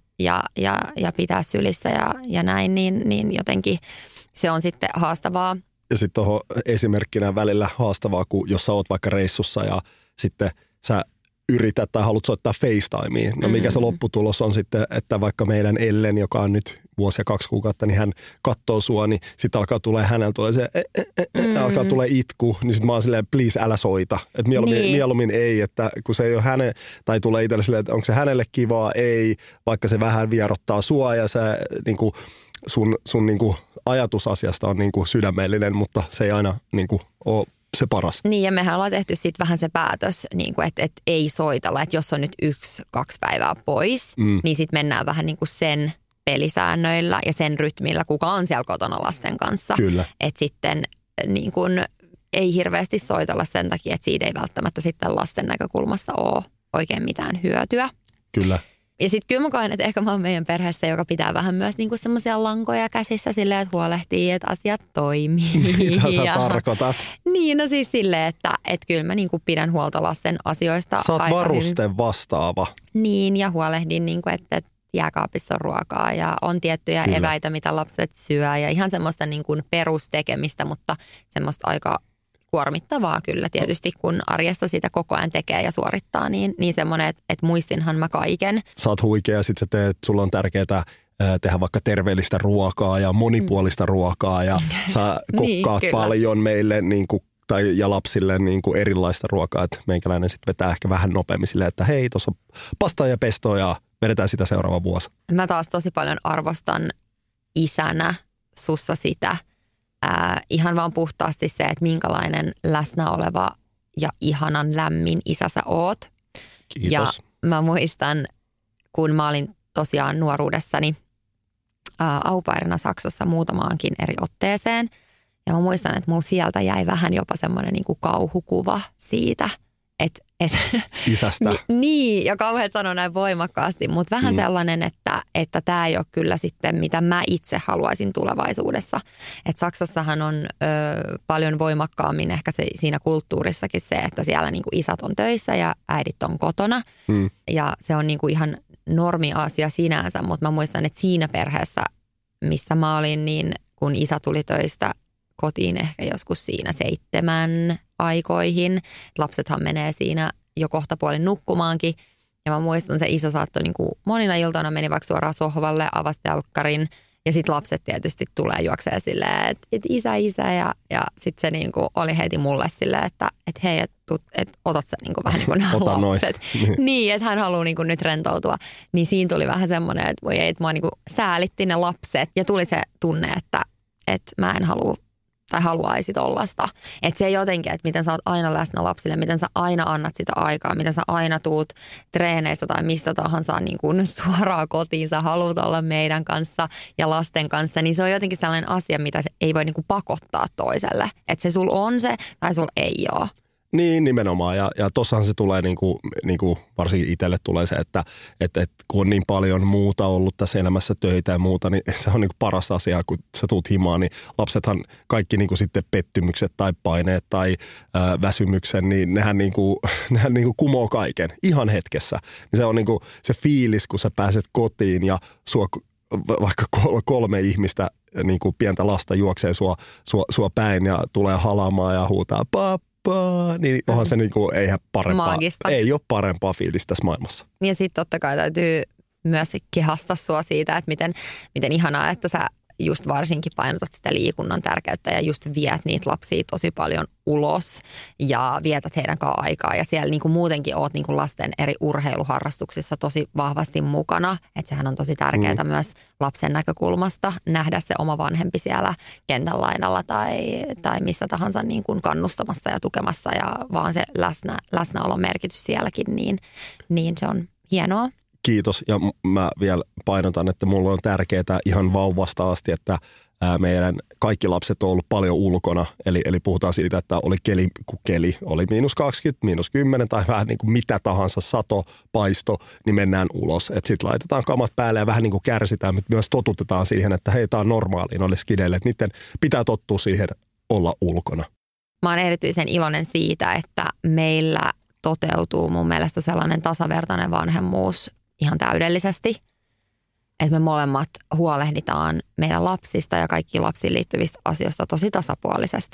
ja pitää sylissä ja näin, niin jotenkin se on sitten haastavaa. Ja sitten tuohon esimerkkinä välillä haastavaa, kun jos sä oot vaikka reissussa ja sitten sä yrität tai haluat soittaa FaceTimeen. No mikä se lopputulos on sitten, että vaikka meidän Ellen, joka on nyt vuosi ja 2 kuukautta, niin hän katsoo sua, niin sitten alkaa tulee hänellä tulee se, alkaa tulee itku, niin sitten mä oon silleen, please älä soita. Että mieluummin ei, että kun se ei ole hänen, tai tulee itselle silleen, että onko se hänelle kivaa, ei, vaikka se vähän vierottaa sua ja se niinku, sun niinku, ajatus asiasta on niinku sydämellinen, mutta se ei aina niinku, ole se paras. Niin ja mehän ollaan tehty sitten vähän se päätös, niin kuin, että ei soitella, että jos on nyt 1-2 päivää pois, niin sitten mennään vähän niin kuin sen pelisäännöillä ja sen rytmillä, kuka on siellä kotona lasten kanssa. Kyllä. Että sitten niin kuin, ei hirveästi soitella sen takia, että siitä ei välttämättä sitten lasten näkökulmasta ole oikein mitään hyötyä. Kyllä. Ja sitten kyllä mä koen, että ehkä mä oon meidän perheessä, joka pitää vähän myös niinku semmoisia lankoja käsissä silleen, että huolehtii, että asiat toimii. Mitä sä tarkoitat? Niin, no siis silleen, että kyllä mä niinku pidän huolta lasten asioista. Sä oot varusten vastaava. Niin, ja huolehdin, niinku, että jääkaapissa on ruokaa ja on tiettyjä Kyllä. eväitä, mitä lapset syö. Ja ihan semmoista niinku perustekemistä, mutta semmoista aika kuormittavaa kyllä tietysti, kun arjessa sitä koko ajan tekee ja suorittaa, niin semmoinen, että muistinhan mä kaiken. Sä oot huikea ja sit sä teet, sulla on tärkeää tehdä vaikka terveellistä ruokaa ja monipuolista ruokaa ja sä kokkaat niin, paljon meille niin kuin, ja lapsille niin kuin erilaista ruokaa, että meikäläinen sitten vetää ehkä vähän nopeammin silleen, että hei, tuossa on pastaa ja pestoa ja vedetään sitä seuraava vuosi. Mä taas tosi paljon arvostan isänä sussa sitä, ihan vaan puhtaasti se, että minkälainen läsnä oleva ja ihanan lämmin isä sä oot. Kiitos. Ja mä muistan, kun mä olin tosiaan nuoruudessani au pairina Saksassa muutamaankin eri otteeseen. Ja mä muistan, että mulla sieltä jäi vähän jopa semmoinen niin kuin kauhukuva siitä, että isästä. Niin, ja kauhean sanon näin voimakkaasti, mutta vähän sellainen, että tämä ei ole kyllä sitten, mitä mä itse haluaisin tulevaisuudessa. Että Saksassahan on paljon voimakkaammin ehkä siinä kulttuurissakin se, että siellä niin kuin isät on töissä ja äidit on kotona. Ja se on niin kuin ihan normi-asia sinänsä, mutta mä muistan, että siinä perheessä, missä mä olin, niin kun isä tuli töistä kotiin ehkä joskus siinä 7 aikoihin. Lapsethan menee siinä jo kohtapuolin nukkumaankin. Ja mä muistan, se isä saattoi niin kuin monina iltana meni vaikka suoraan sohvalle, avasi telkkarin. Ja sitten lapset tietysti tulee juoksee silleen, että isä. Ja sitten se niin kuin oli heti mulle silleen, että hei, että otat sä niin kuin vähän niin kuin nämä lapset. Niin, että hän haluaa niin kuin nyt rentoutua. Niin siinä tuli vähän semmoinen, että voi ei, että mua niin kuin säälitti ne lapset. Ja tuli se tunne, että mä en halua tai haluaisit olla sitä. Että se jotenkin, että miten sä oot aina läsnä lapsille, miten sä aina annat sitä aikaa, miten sä aina tuut treeneistä tai mistä tahansa niin kuin suoraan kotiin, sä haluat olla meidän kanssa ja lasten kanssa, niin se on jotenkin sellainen asia, mitä se ei voi niin kuin pakottaa toiselle. Että se sul on se tai sul ei ole. Niin, nimenomaan. Ja tossahan se tulee, niin kuin varsinkin itselle tulee se, että kun on niin paljon muuta ollut tässä elämässä töitä ja muuta, niin se on niin kuin paras asia, kun sä tuut himaan, niin lapsethan kaikki niin kuin sitten pettymykset tai paineet tai väsymyksen, niin nehän niin kuin kumoo kaiken ihan hetkessä. Niin se on niin kuin se fiilis, kun sä pääset kotiin ja sua vaikka 3 ihmistä, niin kuin pientä lasta juoksee sua päin ja tulee halamaan ja huutaa niin onhan se niinku, eihän parempaa, maagista. Ei ole parempaa fiilistä tässä maailmassa. Ja sitten totta kai täytyy myös kehastaa sua siitä, että miten ihanaa, että sä just varsinkin painotat sitä liikunnan tärkeyttä ja just viet niitä lapsia tosi paljon ulos ja vietät heidän kanssaan aikaa. Ja siellä niinku muutenkin oot niinku lasten eri urheiluharrastuksissa tosi vahvasti mukana. Että sehän on tosi tärkeää myös lapsen näkökulmasta nähdä se oma vanhempi siellä kentän laidalla tai missä tahansa niin kuin kannustamassa ja tukemassa. Ja vaan se läsnäolon merkitys sielläkin, niin se on hienoa. Kiitos. Ja mä vielä painotan, että mulla on tärkeää ihan vauvasta asti, että meidän kaikki lapset on ollut paljon ulkona. Eli puhutaan siitä, että oli keli oli -20, -10 tai vähän niin kuin mitä tahansa, sato, paisto, niin mennään ulos. Sitten laitetaan kamat päälle ja vähän niin kuin kärsitään, mutta myös totutetaan siihen, että hei, tää on normaalia noille skideille. Että niiden pitää tottua siihen olla ulkona. Mä oon erityisen iloinen siitä, että meillä toteutuu mun mielestä sellainen tasavertainen vanhemmuus ihan täydellisesti. Että me molemmat huolehditaan meidän lapsista ja kaikkiin lapsiin liittyvistä asioista tosi tasapuolisesti.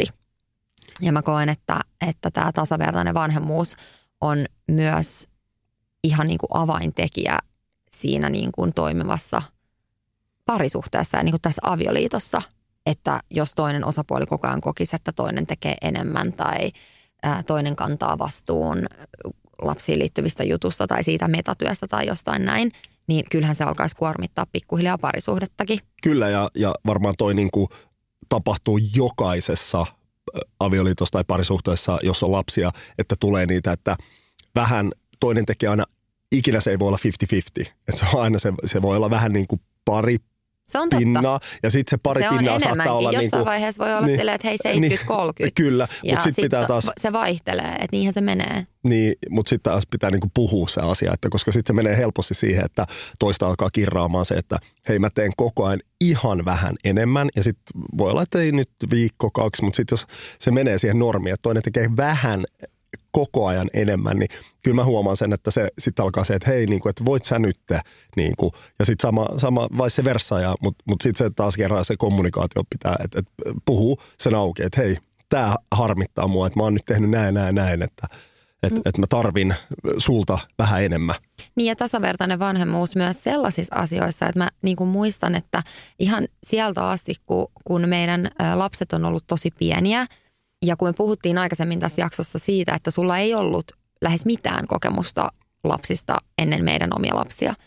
Ja mä koen, että tämä tasavertainen vanhemmuus on myös ihan niin kuin avaintekijä siinä niin kuin toimivassa parisuhteessa ja niin kuin tässä avioliitossa. Että jos toinen osapuoli koko ajan kokisi, että toinen tekee enemmän tai toinen kantaa vastuun lapsiin liittyvistä jutusta tai siitä metatyöstä tai jostain näin, niin kyllähän se alkaisi kuormittaa pikkuhiljaa parisuhdettakin. Kyllä, ja varmaan toi niin kuin tapahtuu jokaisessa avioliitossa tai parisuhteessa, jos on lapsia, että tulee niitä, että vähän toinen tekee aina, ikinä se ei voi olla 50-50. Että se on aina, se voi olla vähän niin kuin pari se on pinnaa, ja sitten se pari pinnaa saattaa olla jossain niin vaiheessa voi olla silleen, että hei 70-30. Kyllä, mutta sitten pitää taas se vaihtelee, että niinhän se menee. Niin, mutta sitten taas pitää niinku puhua se asia, että koska sitten se menee helposti siihen, että toista alkaa kirraamaan se, että hei mä teen koko ajan ihan vähän enemmän, ja sitten voi olla, että ei nyt 1-2, mutta sitten jos se menee siihen normiin, että toinen tekee vähän koko ajan enemmän, niin kyllä mä huomaan sen, että se sitten alkaa se, että hei, niin kuin, että voit sä nyt, niin kuin, ja sitten sama vice versa, mutta sitten se taas kerran se kommunikaatio pitää, että puhuu sen auki, että hei, tämä harmittaa mua, että mä oon nyt tehnyt näin, että mä tarvin sulta vähän enemmän. Niin ja tasavertainen vanhemmuus myös sellaisissa asioissa, että mä niin kuin muistan, että ihan sieltä asti, kun meidän lapset on ollut tosi pieniä, ja kun me puhuttiin aikaisemmin tässä jaksossa siitä, että sulla ei ollut lähes mitään kokemusta lapsista ennen meidän omia lapsia,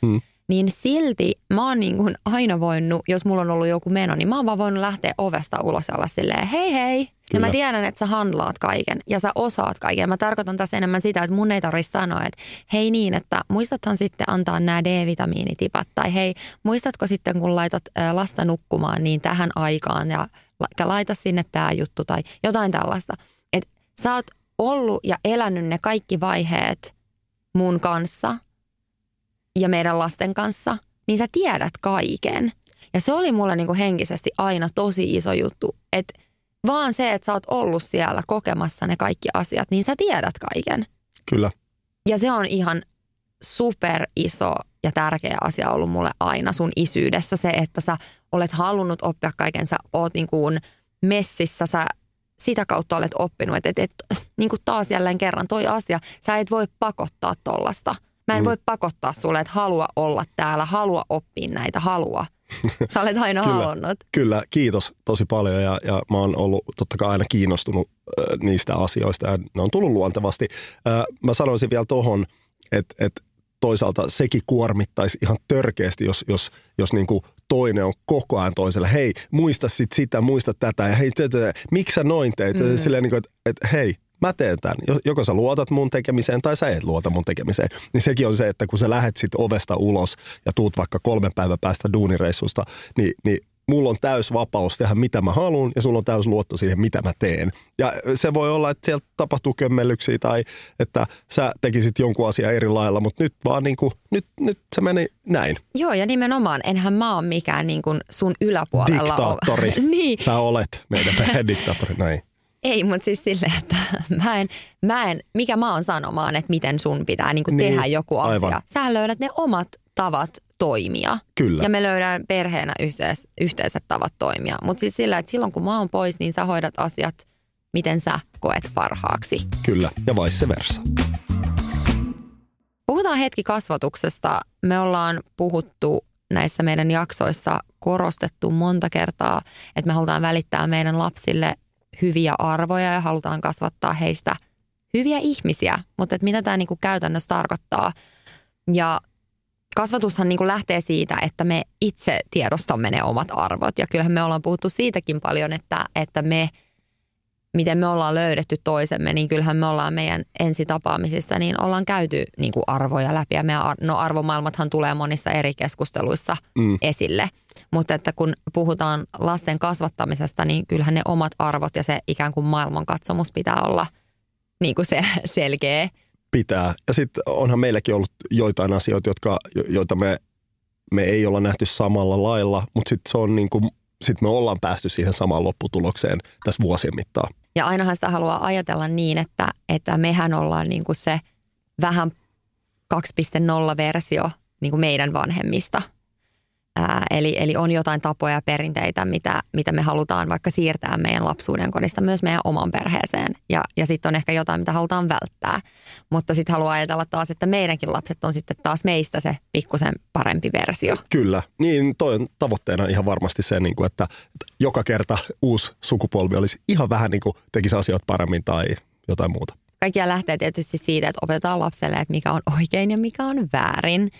niin silti mä oon niin kuin aina voinut, jos mulla on ollut joku meno, niin mä oon vaan voinut lähteä ovesta ulos ja olla silleen, hei hei. Kyllä. Ja mä tiedän, että sä handlaat kaiken ja sä osaat kaiken. Mä tarkoitan tässä enemmän sitä, että mun ei tarvitse sanoa, että hei niin, että muistathan sitten antaa nämä D-vitamiinitipat. Tai hei, muistatko sitten, kun laitat lasta nukkumaan niin tähän aikaan ja laita sinne tää juttu tai jotain tällaista. Että sä oot ollut ja elänyt ne kaikki vaiheet mun kanssa ja meidän lasten kanssa, niin sä tiedät kaiken. Ja se oli mulle niinku henkisesti aina tosi iso juttu, että vaan se, että sä oot ollut siellä kokemassa ne kaikki asiat, niin sä tiedät kaiken. Kyllä. Ja se on ihan super iso ja tärkeä asia ollut mulle aina sun isyydessä. Se, että sä olet halunnut oppia kaiken, sä oot niin kuin messissä, sä sitä kautta olet oppinut. Että niin kuin taas jälleen kerran toi asia, sä et voi pakottaa tollasta. Mä en voi pakottaa sulle, että halua olla täällä, halua oppia näitä, halua. Sä olet aina halunnut. Kyllä, kiitos tosi paljon ja mä oon ollut totta kai aina kiinnostunut niistä asioista ja ne on tullut luontevasti. Mä sanoisin vielä tohon, että toisaalta sekin kuormittaisi ihan törkeästi, jos niin kuin toinen on koko ajan toiselle. Hei, muista sitä, muista tätä ja hei, miksi sä noin teit? Silleen niin kuin, että hei, mä teen tämän. Joko sä luotat mun tekemiseen tai sä et luota mun tekemiseen. Niin sekin on se, että kun sä lähet sit ovesta ulos ja tuut vaikka 3 päivän päästä duunireissusta, niin mulla on täys vapaus tehdä mitä mä haluan ja sulla on täys luotto siihen, mitä mä teen. Ja se voi olla, että sieltä tapahtuu kömmellyksiä tai että sä tekisit jonkun asian eri lailla, mutta nyt vaan niin kuin, nyt se meni näin. Joo, ja nimenomaan, enhän mä ole mikään niin kuin sun yläpuolella. Diktaattori. Niin. Sä olet meidän diktaattori, näin. Ei, mutta siis silleen, että mikä mä oon sanomaan, että miten sun pitää niin kuin tehdä joku asia. Aivan. Sähän löydät ne omat tavat toimia. Kyllä. Ja me löydään perheenä yhteiset tavat toimia. Mutta siis sillä, että silloin kun mä oon pois, niin sä hoidat asiat, miten sä koet parhaaksi. Kyllä, ja vice versa. Puhutaan hetki kasvatuksesta. Me ollaan puhuttu näissä meidän jaksoissa, korostettu monta kertaa, että me halutaan välittää meidän lapsille hyviä arvoja ja halutaan kasvattaa heistä hyviä ihmisiä. Mutta että mitä tämä niinku käytännössä tarkoittaa. Ja kasvatushan niinku lähtee siitä, että me itse tiedostamme ne omat arvot. Ja kyllähän me ollaan puhuttu siitäkin paljon, että miten me ollaan löydetty toisemme, niin kyllähän me ollaan meidän ensitapaamisissa, niin ollaan käyty niinku arvoja läpi. Ja meidän arvomaailmathan tulee monissa eri keskusteluissa esille. Mutta että kun puhutaan lasten kasvattamisesta, niin kyllähän ne omat arvot ja se ikään kuin maailmankatsomus pitää olla niin kuin se selkeä. Pitää. Ja sitten onhan meilläkin ollut joitain asioita, joita me ei olla nähty samalla lailla, mutta sitten se on niin kuin, sit me ollaan päästy siihen samaan lopputulokseen tässä vuosien mittaan. Ja ainahan sitä haluaa ajatella niin, että mehän ollaan niin kuin se vähän 2.0-versio niin kuin meidän vanhemmista. Eli on jotain tapoja ja perinteitä, mitä me halutaan vaikka siirtää meidän lapsuuden kodista myös meidän oman perheeseen. Ja sitten on ehkä jotain, mitä halutaan välttää. Mutta sitten haluaa ajatella taas, että meidänkin lapset on sitten taas meistä se pikkusen parempi versio. Kyllä. Niin toi on tavoitteena ihan varmasti se, että joka kerta uusi sukupolvi olisi ihan vähän niin kuin tekisi asioita paremmin tai jotain muuta. Kaikkia lähtee tietysti siitä, että opetetaan lapselle, että mikä on oikein ja mikä on väärin.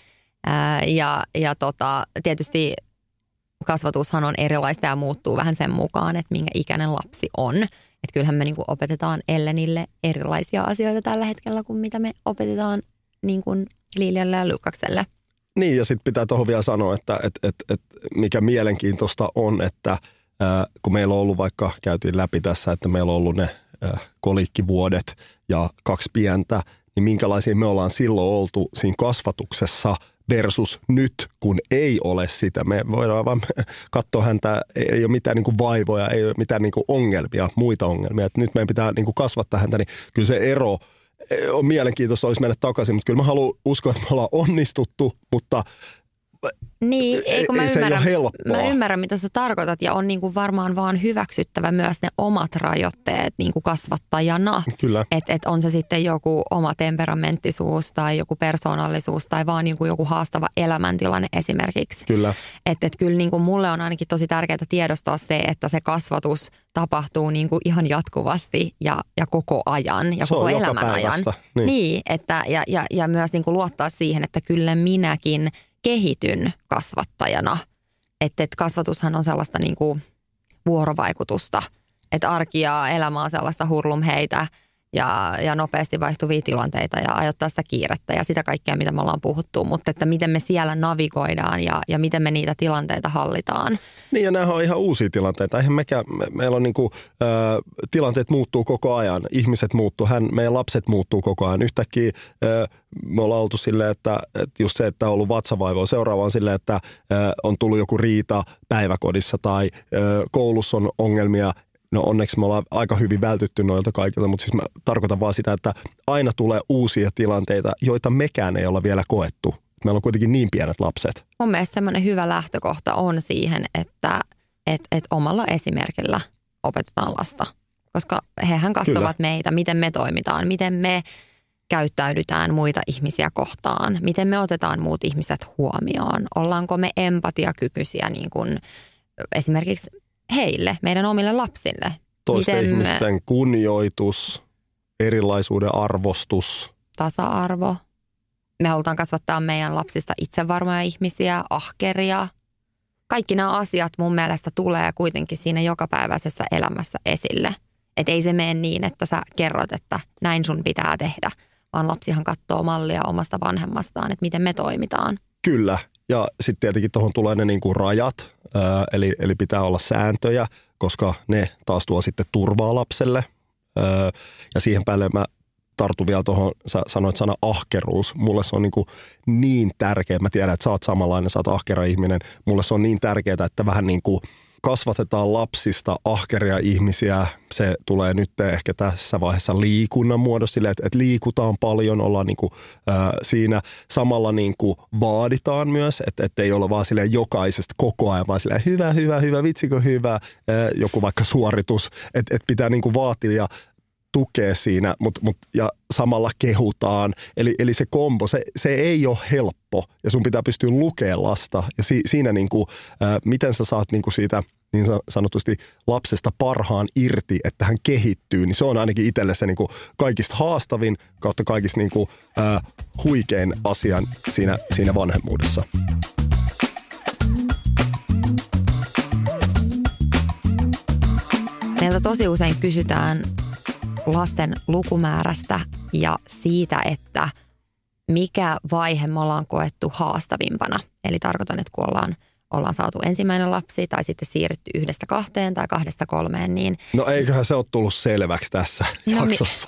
Tietysti kasvatushan on erilaista ja muuttuu vähän sen mukaan, että minkä ikäinen lapsi on. Että kyllähän me niinku opetetaan Ellenille erilaisia asioita tällä hetkellä kuin mitä me opetetaan niin kuin Liljalle ja Lukakselle. Niin ja sitten pitää tuohon vielä sanoa, että mikä mielenkiintoista on, että kun meillä on ollut vaikka käytiin läpi tässä, että meillä on ollut ne kolikkivuodet ja 2 pientä, niin minkälaisia me ollaan silloin oltu siinä kasvatuksessa versus nyt, kun ei ole sitä. Me voidaan vaan katsoa häntä, ei ole mitään niin kuin vaivoja, ei ole mitään niin kuin ongelmia, muita ongelmia. Et nyt meidän pitää niin kuin kasvattaa häntä, niin kyllä se ero on mielenkiintoista, olisi mennä takaisin. Mutta kyllä mä haluan uskoa, että me ollaan onnistuttu, mutta niin, ei se ole helppoa. Mä ymmärrän, mitä sä tarkoitat ja on niin kuin varmaan vaan hyväksyttävä myös ne omat rajoitteet niin kuin kasvattajana. Kyllä. Että on se sitten joku oma temperamenttisuus tai joku persoonallisuus tai vaan niin kuin joku haastava elämäntilanne esimerkiksi. Kyllä. Että kyllä niin kuin mulle on ainakin tosi tärkeää tiedostaa se, että se kasvatus tapahtuu niin kuin ihan jatkuvasti ja koko ajan ja se koko on elämän ajan. Niin, että, ja myös niin kuin luottaa siihen, että kyllä minäkin kehityn kasvattajana. Että kasvatushan on sellaista niin kuin vuorovaikutusta, että arki ja elämä on sellaista hurlumheitä ja nopeasti vaihtuvia tilanteita ja ajoittaa sitä kiirettä ja sitä kaikkea, mitä me ollaan puhuttu, mutta että miten me siellä navigoidaan ja miten me niitä tilanteita hallitaan. Niin ja nämähän on ihan uusia tilanteita. Eihän meillä on niinku, tilanteet muuttuu koko ajan, ihmiset muuttuu, meidän lapset muuttuu koko ajan. Yhtäkkiä me ollaan oltu silleen, että just se, että on ollut vatsavaivoa. Seuraava on silleen, että on tullut joku riita päiväkodissa tai koulussa on ongelmia. No onneksi me ollaan aika hyvin vältytty noilta kaikilta, mutta siis mä tarkoitan vaan sitä, että aina tulee uusia tilanteita, joita mekään ei olla vielä koettu. Meillä on kuitenkin niin pienet lapset. Mun mielestä semmoinen hyvä lähtökohta on siihen, että omalla esimerkillä opetetaan lasta. Koska hehän katsovat meitä, miten me toimitaan, miten me käyttäydytään muita ihmisiä kohtaan, miten me otetaan muut ihmiset huomioon. Ollaanko me empatiakykyisiä niin kuin esimerkiksi heille, meidän omille lapsille. Toisten ihmisten kunnioitus, erilaisuuden arvostus. Tasa-arvo. Me halutaan kasvattaa meidän lapsista itsevarmoja ihmisiä, ahkeria. Kaikki nämä asiat mun mielestä tulee kuitenkin siinä jokapäiväisessä elämässä esille. Että ei se mene niin, että sä kerrot, että näin sun pitää tehdä, vaan lapsihan katsoo mallia omasta vanhemmastaan, että miten me toimitaan. Kyllä. Ja sitten tietenkin tuohon tulee ne niinku rajat, eli pitää olla sääntöjä, koska ne taas tuo sitten turvaa lapselle. Ja siihen päälle mä tartun vielä tuohon, sä sanoit sana ahkeruus. Mulle se on niin tärkeää, mä tiedän, että sä oot samanlainen, sä oot ahkera ihminen. Mulle se on niin tärkeää, että vähän niin kuin kasvatetaan lapsista ahkeria ihmisiä. Se tulee nyt ehkä tässä vaiheessa liikunnan muodossa silleen, että liikutaan paljon, ollaan siinä. Samalla vaaditaan myös, että ei ole vaan silleen jokaisesta koko ajan, vaan silleen hyvä, vitsikö hyvä, joku vaikka suoritus. Että pitää vaatia ja tukea siinä, ja samalla kehutaan. Eli se kombo, se ei ole helppo ja sun pitää pystyä lukemaan lasta. Ja siinä miten sä saat siitä niin sanotusti lapsesta parhaan irti, että hän kehittyy, niin se on ainakin itselle se kaikista haastavin kautta kaikista huikein asian siinä vanhemmuudessa. Meiltä tosi usein kysytään lasten lukumäärästä ja siitä, että mikä vaihe me ollaan koettu haastavimpana. Eli tarkoitan, että kun ollaan saatu ensimmäinen lapsi tai sitten siirrytty 1-2 tai 2-3, niin... No eiköhän se ole tullut selväksi tässä jaksossa.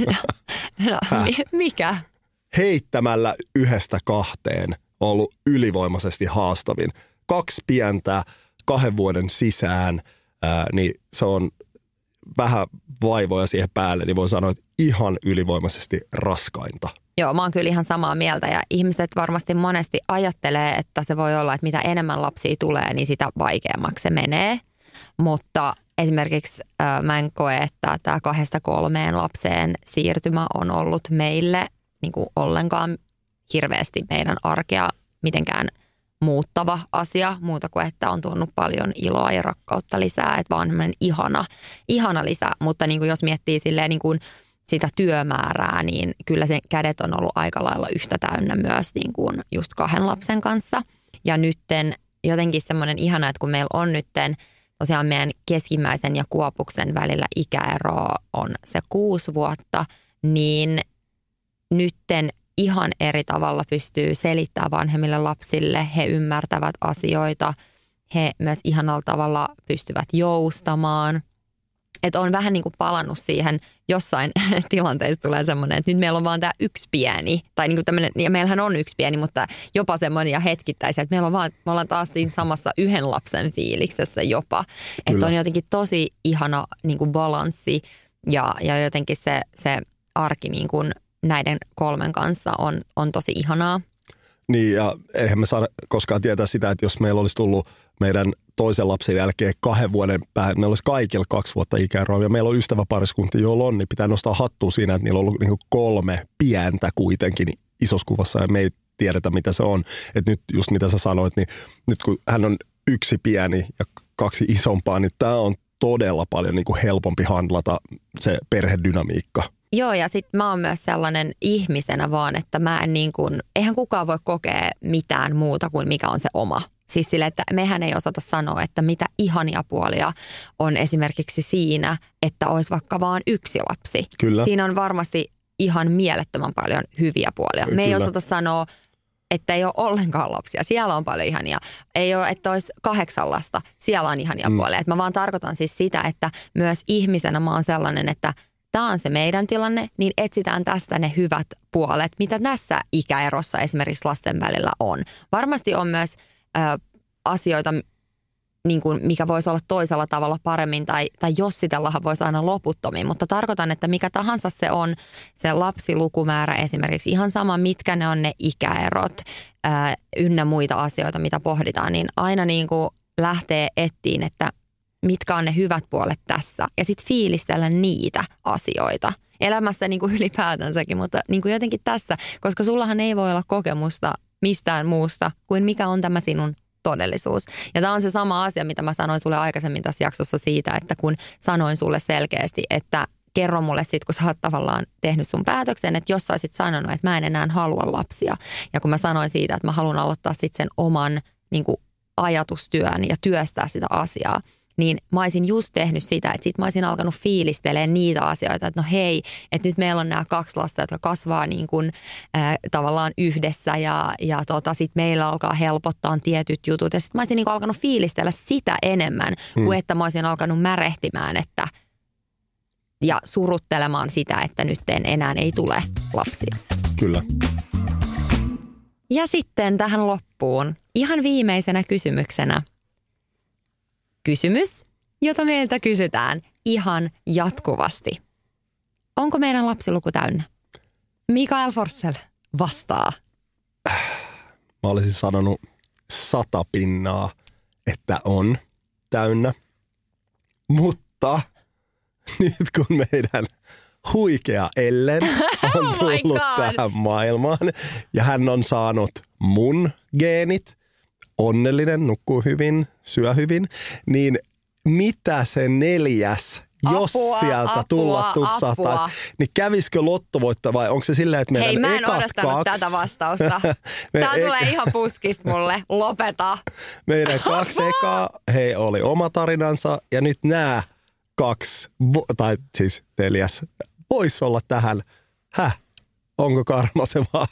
Mikä? Heittämällä 1-2 on ollut ylivoimaisesti haastavin. 2 pientä 2 vuoden sisään, niin se on vähän vaivoja siihen päälle, niin voi sanoa, että ihan ylivoimaisesti raskainta. Joo, mä oon kyllä ihan samaa mieltä ja ihmiset varmasti monesti ajattelee, että se voi olla, että mitä enemmän lapsia tulee, niin sitä vaikeammaksi se menee. Mutta esimerkiksi mä en koe, että tämä 2-3 lapseen siirtymä on ollut meille niin kuin ollenkaan hirveästi meidän arkea mitenkään muuttava asia, muuta kuin että on tuonut paljon iloa ja rakkautta lisää, että vaan ihana lisä, mutta niin kuin jos miettii silleen niin kuin sitä työmäärää, niin kyllä se kädet on ollut aika lailla yhtä täynnä myös niin kuin just 2 lapsen kanssa. Ja nytten jotenkin semmoinen ihana, että kun meillä on nytten tosiaan meidän keskimmäisen ja Kuopuksen välillä ikäero on se 6 vuotta, niin nytten ihan eri tavalla pystyy selittämään vanhemmille lapsille. He ymmärtävät asioita. He myös ihanalla tavalla pystyvät joustamaan. Että on vähän niin kuin palannut siihen, jossain tilanteessa tulee semmoinen, että nyt meillä on vaan tämä 1 pieni. Tai niin kuin tämmöinen, ja meillähän on 1 pieni, mutta jopa semmoinen ja hetkittäisiä, että me ollaan taas siinä samassa 1 lapsen fiiliksessä jopa. Että on jotenkin tosi ihana niin kuin balanssi ja jotenkin se arki niin kuin näiden 3 kanssa on tosi ihanaa. Niin ja eihän me saada koskaan tietää sitä, että jos meillä olisi tullut meidän toisen lapsen jälkeen 2 vuoden päähän, meillä olisi kaikilla 2 vuotta ikäeroa ja meillä on ystäväpariskunti, joilla on, niin pitää nostaa hattua siinä, että niillä on ollut 3 pientä kuitenkin isossa kuvassa ja me ei tiedetä mitä se on. Että nyt just mitä sä sanoit, niin nyt kun hän on 1 pieni ja 2 isompaa, niin tämä on todella paljon helpompi handlata se perhedynamiikka. Joo, ja sitten mä oon myös sellainen ihmisenä vaan, että mä en eihän kukaan voi kokea mitään muuta kuin mikä on se oma. Siis sille, että mehän ei osata sanoa, että mitä ihania puolia on esimerkiksi siinä, että olisi vaikka vaan yksi lapsi. Kyllä. Siinä on varmasti ihan mielettömän paljon hyviä puolia. Me ei osata sanoa, että ei ole ollenkaan lapsia. Siellä on paljon ihania. Ei ole, että olisi 8 lasta. Siellä on ihania puolia. Et mä vaan tarkoitan siis sitä, että myös ihmisenä mä oon sellainen, että tämä on se meidän tilanne, niin etsitään tästä ne hyvät puolet, mitä tässä ikäerossa esimerkiksi lasten välillä on. Varmasti on myös asioita, niin kuin mikä voisi olla toisella tavalla paremmin tai jossitellahan voisi aina loputtomiin, mutta tarkoitan, että mikä tahansa se on, se lapsilukumäärä esimerkiksi, ihan sama mitkä ne on ne ikäerot ynnä muita asioita, mitä pohditaan, niin aina niin kuin lähtee etsiin, että mitkä on ne hyvät puolet tässä ja sitten fiilistellä niitä asioita. Elämässä niin kuin ylipäätänsäkin, mutta niin kuin jotenkin tässä, koska sullahan ei voi olla kokemusta mistään muusta kuin mikä on tämä sinun todellisuus. Ja tämä on se sama asia, mitä mä sanoin sulle aikaisemmin tässä jaksossa siitä, että kun sanoin sulle selkeästi, että kerro mulle sit, kun sä oot tavallaan tehnyt sun päätöksen, että jos sä olisit sanonut, että mä en enää halua lapsia. Ja kun mä sanoin siitä, että mä haluan aloittaa sitten sen oman niin kuin ajatustyön ja työstää sitä asiaa, niin mä olisin just tehnyt sitä, että sit mä olisin alkanut fiilistelemään niitä asioita, että no hei, että nyt meillä on nämä 2 lasta, jotka kasvaa niin kuin tavallaan yhdessä ja sit meillä alkaa helpottaa tietyt jutut. Ja sit mä olisin niin kuin alkanut fiilistellä sitä enemmän, kuin että mä olisin alkanut märehtimään ja suruttelemaan sitä, että nyt enää ei tule lapsia. Kyllä. Ja sitten tähän loppuun ihan viimeisenä kysymyksenä. Kysymys, jota meiltä kysytään ihan jatkuvasti. Onko meidän lapsiluku täynnä? Mikael Forssell vastaa. Mä olisin sanonut 100%, että on täynnä. Mutta nyt kun meidän huikea Ellen on tullut tähän maailmaan ja hän on saanut mun geenit, onnellinen, nukkuu hyvin, syö hyvin, niin mitä se 4, jos sieltä tulla tupsahtaisi, niin kävisikö lottovoitto vai onko se silleen, että meidän Hei, mä en odottanut 2. tätä vastausta. Tää tulee ihan puskista mulle. Lopeta. Meidän 2 ekaa, oli oma tarinansa ja nyt nämä 2, tai siis 4, voisi olla tähän. Onko karma se vaan?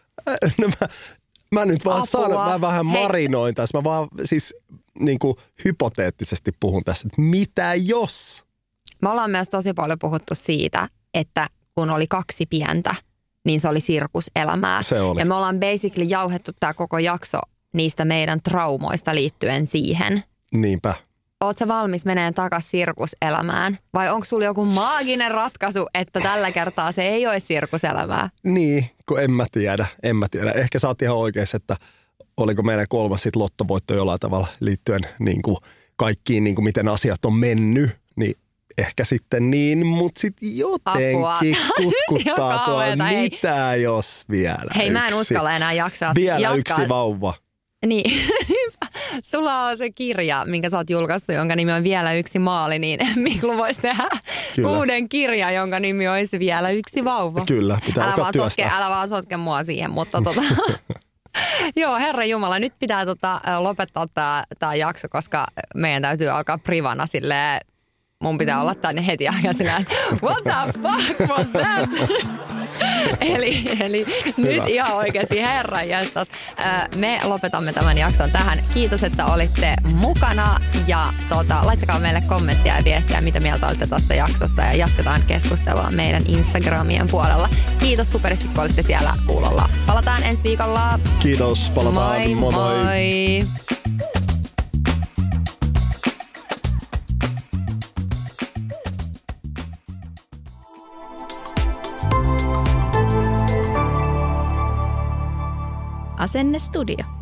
Mä nyt vaan sanon, mä vähän marinoin tässä. Mä vaan siis niin kuin hypoteettisesti puhun tässä, että mitä jos? Me ollaan myös tosi paljon puhuttu siitä, että kun oli 2 pientä, niin se oli sirkuselämää. Se oli. Ja me ollaan basically jauhettu tää koko jakso niistä meidän traumoista liittyen siihen. Niinpä. Oot sä valmis meneen takaisin sirkuselämään? Vai onko sulla joku maaginen ratkaisu, että tällä kertaa se ei ole sirkuselämää? Niin, kun en mä tiedä. Ehkä sä oot ihan oikeassa, että oliko meidän 3. sit lottovoitto jollain tavalla liittyen niin kuin kaikkiin, niin kuin miten asiat on mennyt. Niin ehkä sitten niin, mutta sitten jotenkin kutkuttaa tuo mitä jos vielä Hei, mä en uskalla enää jaksaa. Vielä yksi vauva. Niin, sulla on se kirja, minkä sä oot julkaistu, jonka nimi on Vielä yksi maali, niin Miklu voisi tehdä uuden kirjan, jonka nimi olisi Vielä yksi vauva. Kyllä, pitää alkaa työstää. Älä vaan sotke mua siihen, mutta joo, Herra Jumala, nyt pitää lopettaa tää jakso, koska meidän täytyy alkaa privana silleen, mun pitää olla tänne heti ajan silleen, what the fuck was that? Eli nyt ihan oikeasti herranjestas. Me lopetamme tämän jakson tähän. Kiitos, että olitte mukana ja laittakaa meille kommenttia ja viestiä, mitä mieltä olette tästä jaksossa ja jatketaan keskustelua meidän Instagramien puolella. Kiitos superisti, kun olitte siellä kuulolla. Palataan ensi viikolla. Kiitos, palataan. Moi moi. Asenne Studio.